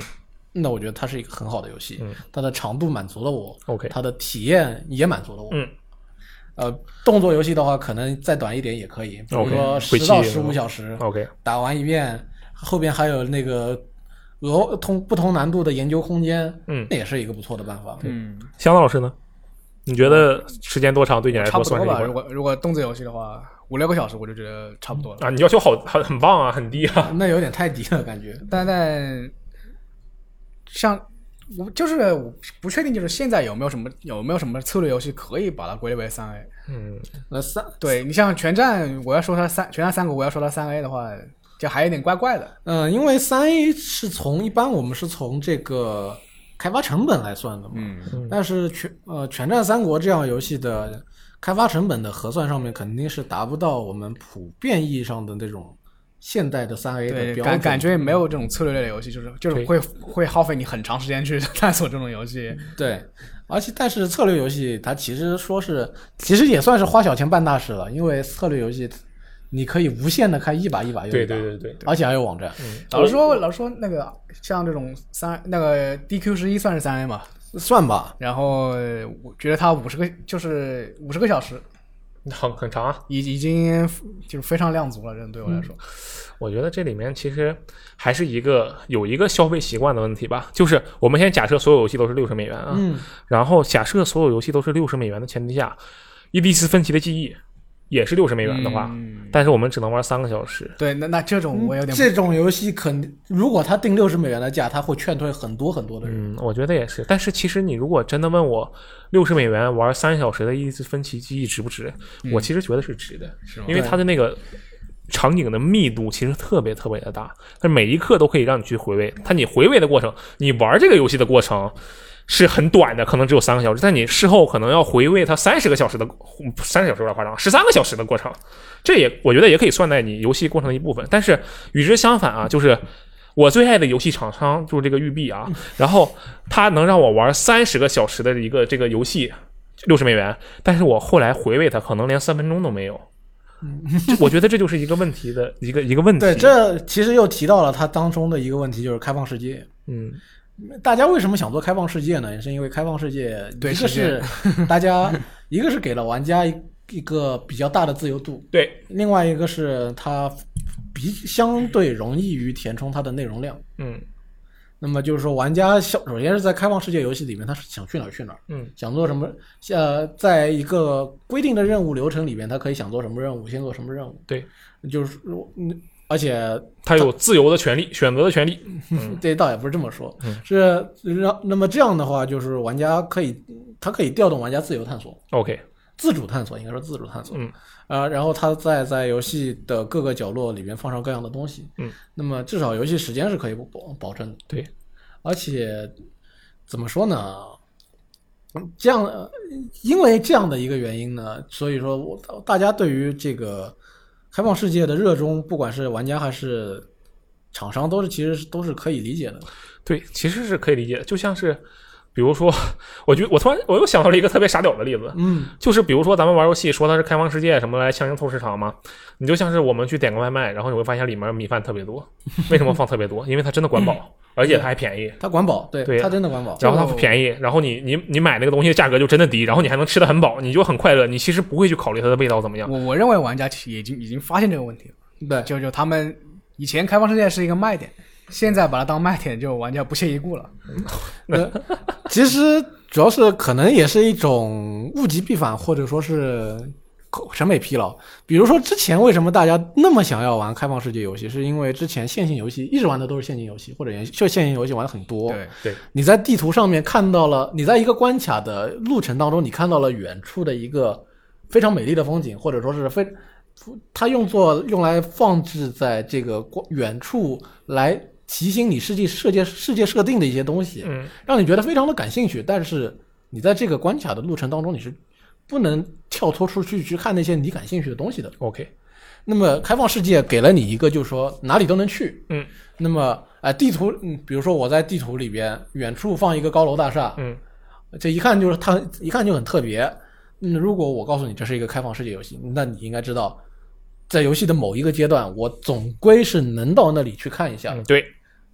那我觉得它是一个很好的游戏， 嗯、 它的长度满足了我 ，OK， 它的体验也满足了我。 嗯， 呃，动作游戏的话，可能再短一点也可以，比如说十到十五小时 ，OK， 打完一遍，后边还有那个额同不同难度的研究空间， 嗯， 那也是一个不错的办法。 嗯， 香港老师呢？你觉得时间多长对你来说算是一吧？如果如果动作游戏的话，五六个小时我就觉得差不多了啊。你要求好很很棒啊，很低啊， 那有点太低了感觉。 但但像我就是我不确定，就是现在有没有什么有没有什么策略游戏可以把它归类为三 A？ 嗯， 那三对你像全战，我要说它三全战三国，我要说它三 A 的话，就还有点怪怪的。 嗯，因为三 A 是从一般我们是从这个开发成本来算的嘛， 嗯， 但是全呃全战三国这样游戏的开发成本的核算上面肯定是达不到我们普遍意义上的那种现代的三 A 的标准， 感感觉没有这种策略类的游戏，就是就是会会耗费你很长时间去探索这种游戏。 对，而且但是策略游戏它其实说是其实也算是花小钱办大事了，因为策略游戏你可以无限的开一把一把又一把， 对对对对， 而且还有网站。 嗯、 老实说，老实说，那个像这种三那个 D Q 十一算是三 A 嘛？ 算吧。 然后我觉得它五十个就是五十个小时， 很很长啊， 已已经就是非常亮足了。这对我来说、嗯， 我觉得这里面其实还是一个有一个消费习惯的问题吧。就是我们先假设所有游戏都是六十美元啊， 嗯， 然后假设所有游戏都是六十美元的前提下，伊迪丝芬奇的记忆也是六十美元的话、嗯，但是我们只能玩三个小时。 对，那那这种我有点、 嗯、这种游戏肯如果他定六十美元的价，他会劝退很多很多的人。 嗯，我觉得也是。但是其实你如果真的问我六十美元玩三小时的伊迪丝芬奇记忆值不值、嗯，我其实觉得是值的， 是因为它的那个场景的密度其实特别特别的大，但每一刻都可以让你去回味。它你回味的过程，你玩这个游戏的过程是很短的，可能只有三个小时，但你事后可能要回味它三十个小时的三十小时有点夸张，十三个小时的过程，这也我觉得也可以算在你游戏过程的一部分。但是与之相反啊，就是我最爱的游戏厂商就是这个育碧啊，然后它能让我玩三十个小时的一个这个游戏，六十美元，但是我后来回味它可能连三分钟都没有。我觉得这就是一个问题的一个一个问题。 对，这其实又提到了它当中的一个问题，就是开放世界。 嗯。 大家为什么想做开放世界呢？也是因为开放世界， 对， 一个是大家，一个是给了玩家一个比较大的自由度， 对， 另外一个是它比相对容易于填充它的内容量。 嗯， 那么就是说，玩家首先是在开放世界游戏里面，他是想去哪儿去哪儿， 嗯， 想做什么，呃，在一个规定的任务流程里面，他可以想做什么任务，先做什么任务。 对， 就是嗯。而且他有自由的权利，选择的权利。 嗯，这倒也不是这么说， 嗯、 是让那么这样的话，就是玩家可以，他可以调动玩家自由探索 ，OK， 自主探索，应该说自主探索。 嗯， 啊、呃，然后他再在游戏的各个角落里面放上各样的东西。 嗯， 那么至少游戏时间是可以保保证的。 对， 而且怎么说呢？这样，因为这样的一个原因呢，所以说我大家对于这个开放世界的热衷，不管是玩家还是厂商，都是其实都是可以理解的。 对，其实是可以理解的。就像是，比如说，我觉得我突然我又想到了一个特别傻屌的例子， 嗯， 就是比如说咱们玩游戏说它是开放世界什么来强行凑市场嘛，你就像是我们去点个外卖，然后你会发现里面米饭特别多，为什么放特别多？因为它真的管饱，而且它还便宜。 它管饱，对， 对， 它真的管饱。 然后它便宜，然后你你你买那个东西的价格就真的低，然后你还能吃得很饱，你就很快乐。你其实不会去考虑它的味道怎么样。 我我认为玩家已经已经发现这个问题了。 对， 就就他们以前开放世界是一个卖点，现在把它当卖点，就玩家不屑一顾了。 呃，其实主要是可能也是一种物极必反，或者说是审美疲劳。比如说之前为什么大家那么想要玩开放世界游戏，是因为之前线性游戏一直玩的都是线性游戏，或者就线性游戏玩的很多。 对对， 你在地图上面看到了，你在一个关卡的路程当中，你看到了远处的一个非常美丽的风景，或者说是非。它用作用来放置在这个远处来提醒你世界世界世界设定的一些东西， 嗯， 让你觉得非常的感兴趣。但是你在这个关卡的路程当中，你是不能跳脱出去去看那些你感兴趣的东西的。 OK， 那么开放世界给了你一个，就是说哪里都能去， 嗯， 那么呃地图，嗯，比如说我在地图里边远处放一个高楼大厦， 嗯， 这一看就是它一看就很特别。嗯，如果我告诉你这是一个开放世界游戏，那你应该知道。在游戏的某一个阶段，我总归是能到那里去看一下。 嗯、对，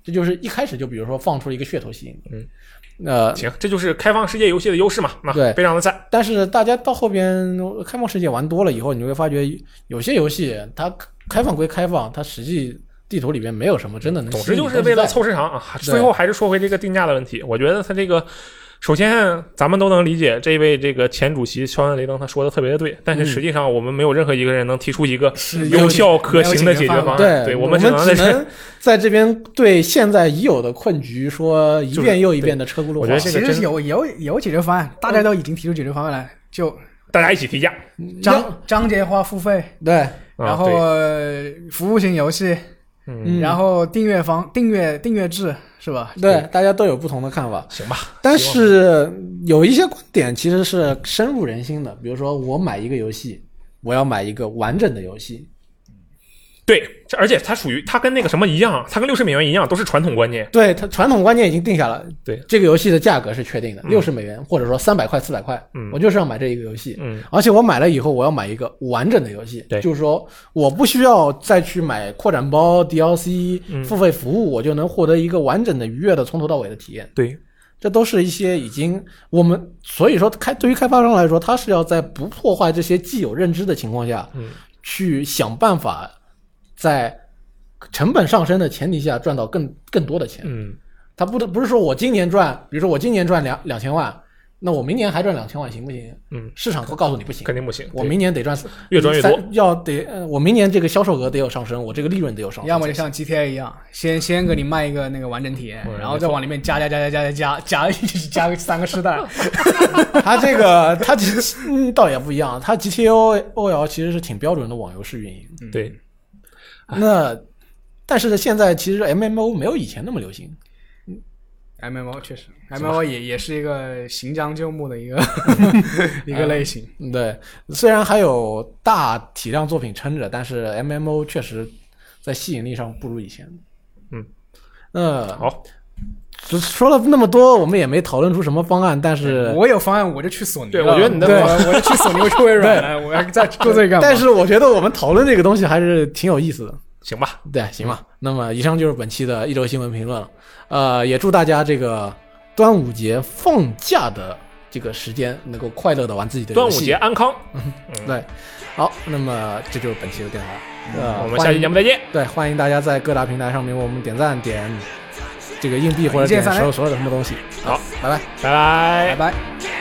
这就是一开始就比如说放出了一个噱头吸引你。 嗯， 呃， 行，这就是开放世界游戏的优势嘛，那对， 非常的赞。 但是大家到后边开放世界玩多了以后，你会发觉有些游戏它开放归开放，它实际地图里边没有什么真的能。 总之就是为了凑市场啊。最后还是说回这个定价的问题，我觉得它这个。首先，咱们都能理解这位这个前主席乔恩·雷登他说的特别的对，但是实际上我们没有任何一个人能提出一个有效可行的解决方案。 对， 对， 我们只能在在这边对现在已有的困局说一遍又一遍的车轱辘话。 我觉得这个其实有有有解决方案，大家都已经提出解决方案了，就大家一起提价， 章章节化付费， 对， 然后服务型游戏。嗯，然后订阅方订阅订阅制是吧？ 对，大家都有不同的看法。 行吧， 但是有一些观点其实是深入人心的，比如说我买一个游戏，我要买一个完整的游戏。 对，而且它属于它跟那个什么一样，它跟六十美元一样，都是传统观念。 对，它传统观念已经定下了。 对， 这个游戏的价格是确定的，六十美元或者说三百块、四百块，嗯，我就是要买这一个游戏。嗯，而且我买了以后，我要买一个完整的游戏。 对， 就是说我不需要再去买扩展包、D L C、付费服务，我就能获得一个完整的、愉悦的、从头到尾的体验。 对， 这都是一些已经我们所以说开对于开发商来说，他是要在不破坏这些既有认知的情况下，嗯，去想办法在成本上升的前提下赚到更更多的钱。 嗯， 他不不是说我今年赚，比如说我今年赚两两千万，那我明年还赚两千万行不行？ 嗯， 市场会告诉你不行， 肯定不行。 我明年得赚越赚越多， 要得呃，我明年这个销售额得有上升，我这个利润得有上升。 要么就像 G T A 一样，先先给你卖一个那个完整体验，然后再往里面加加加加加加加加个三个世代。 他这个他其实嗯倒也不一样，他 G T A O L 其实是挺标准的网游式运营。 嗯、对， 那。但是现在其实 M M O 没有以前那么流行。 嗯 M M O 确实 ，M M O 也也是一个行将就木的一个一个类型。 对，虽然还有大体量作品撑着，但是 M M O 确实在吸引力上不如以前。 嗯， 呃， 好， 说了那么多，我们也没讨论出什么方案。但是我有方案，我就去索尼。 对，我觉得你的对，我就去索尼，我去微软了，我要再做这个干嘛？ 但是我觉得我们讨论这个东西还是挺有意思的。 行吧， 对，行吧。那么以上就是本期的一周新闻评论了。呃，也祝大家这个端午节放假的这个时间能够快乐的玩自己的游戏。 端午节安康。 嗯，对。好，那么这就是本期的电台。呃， 我们下期节目再见。 对，欢迎大家在各大平台上面为我们点赞、点这个硬币或者点所有所有的什么东西。 好， 拜拜， 拜拜， 拜拜。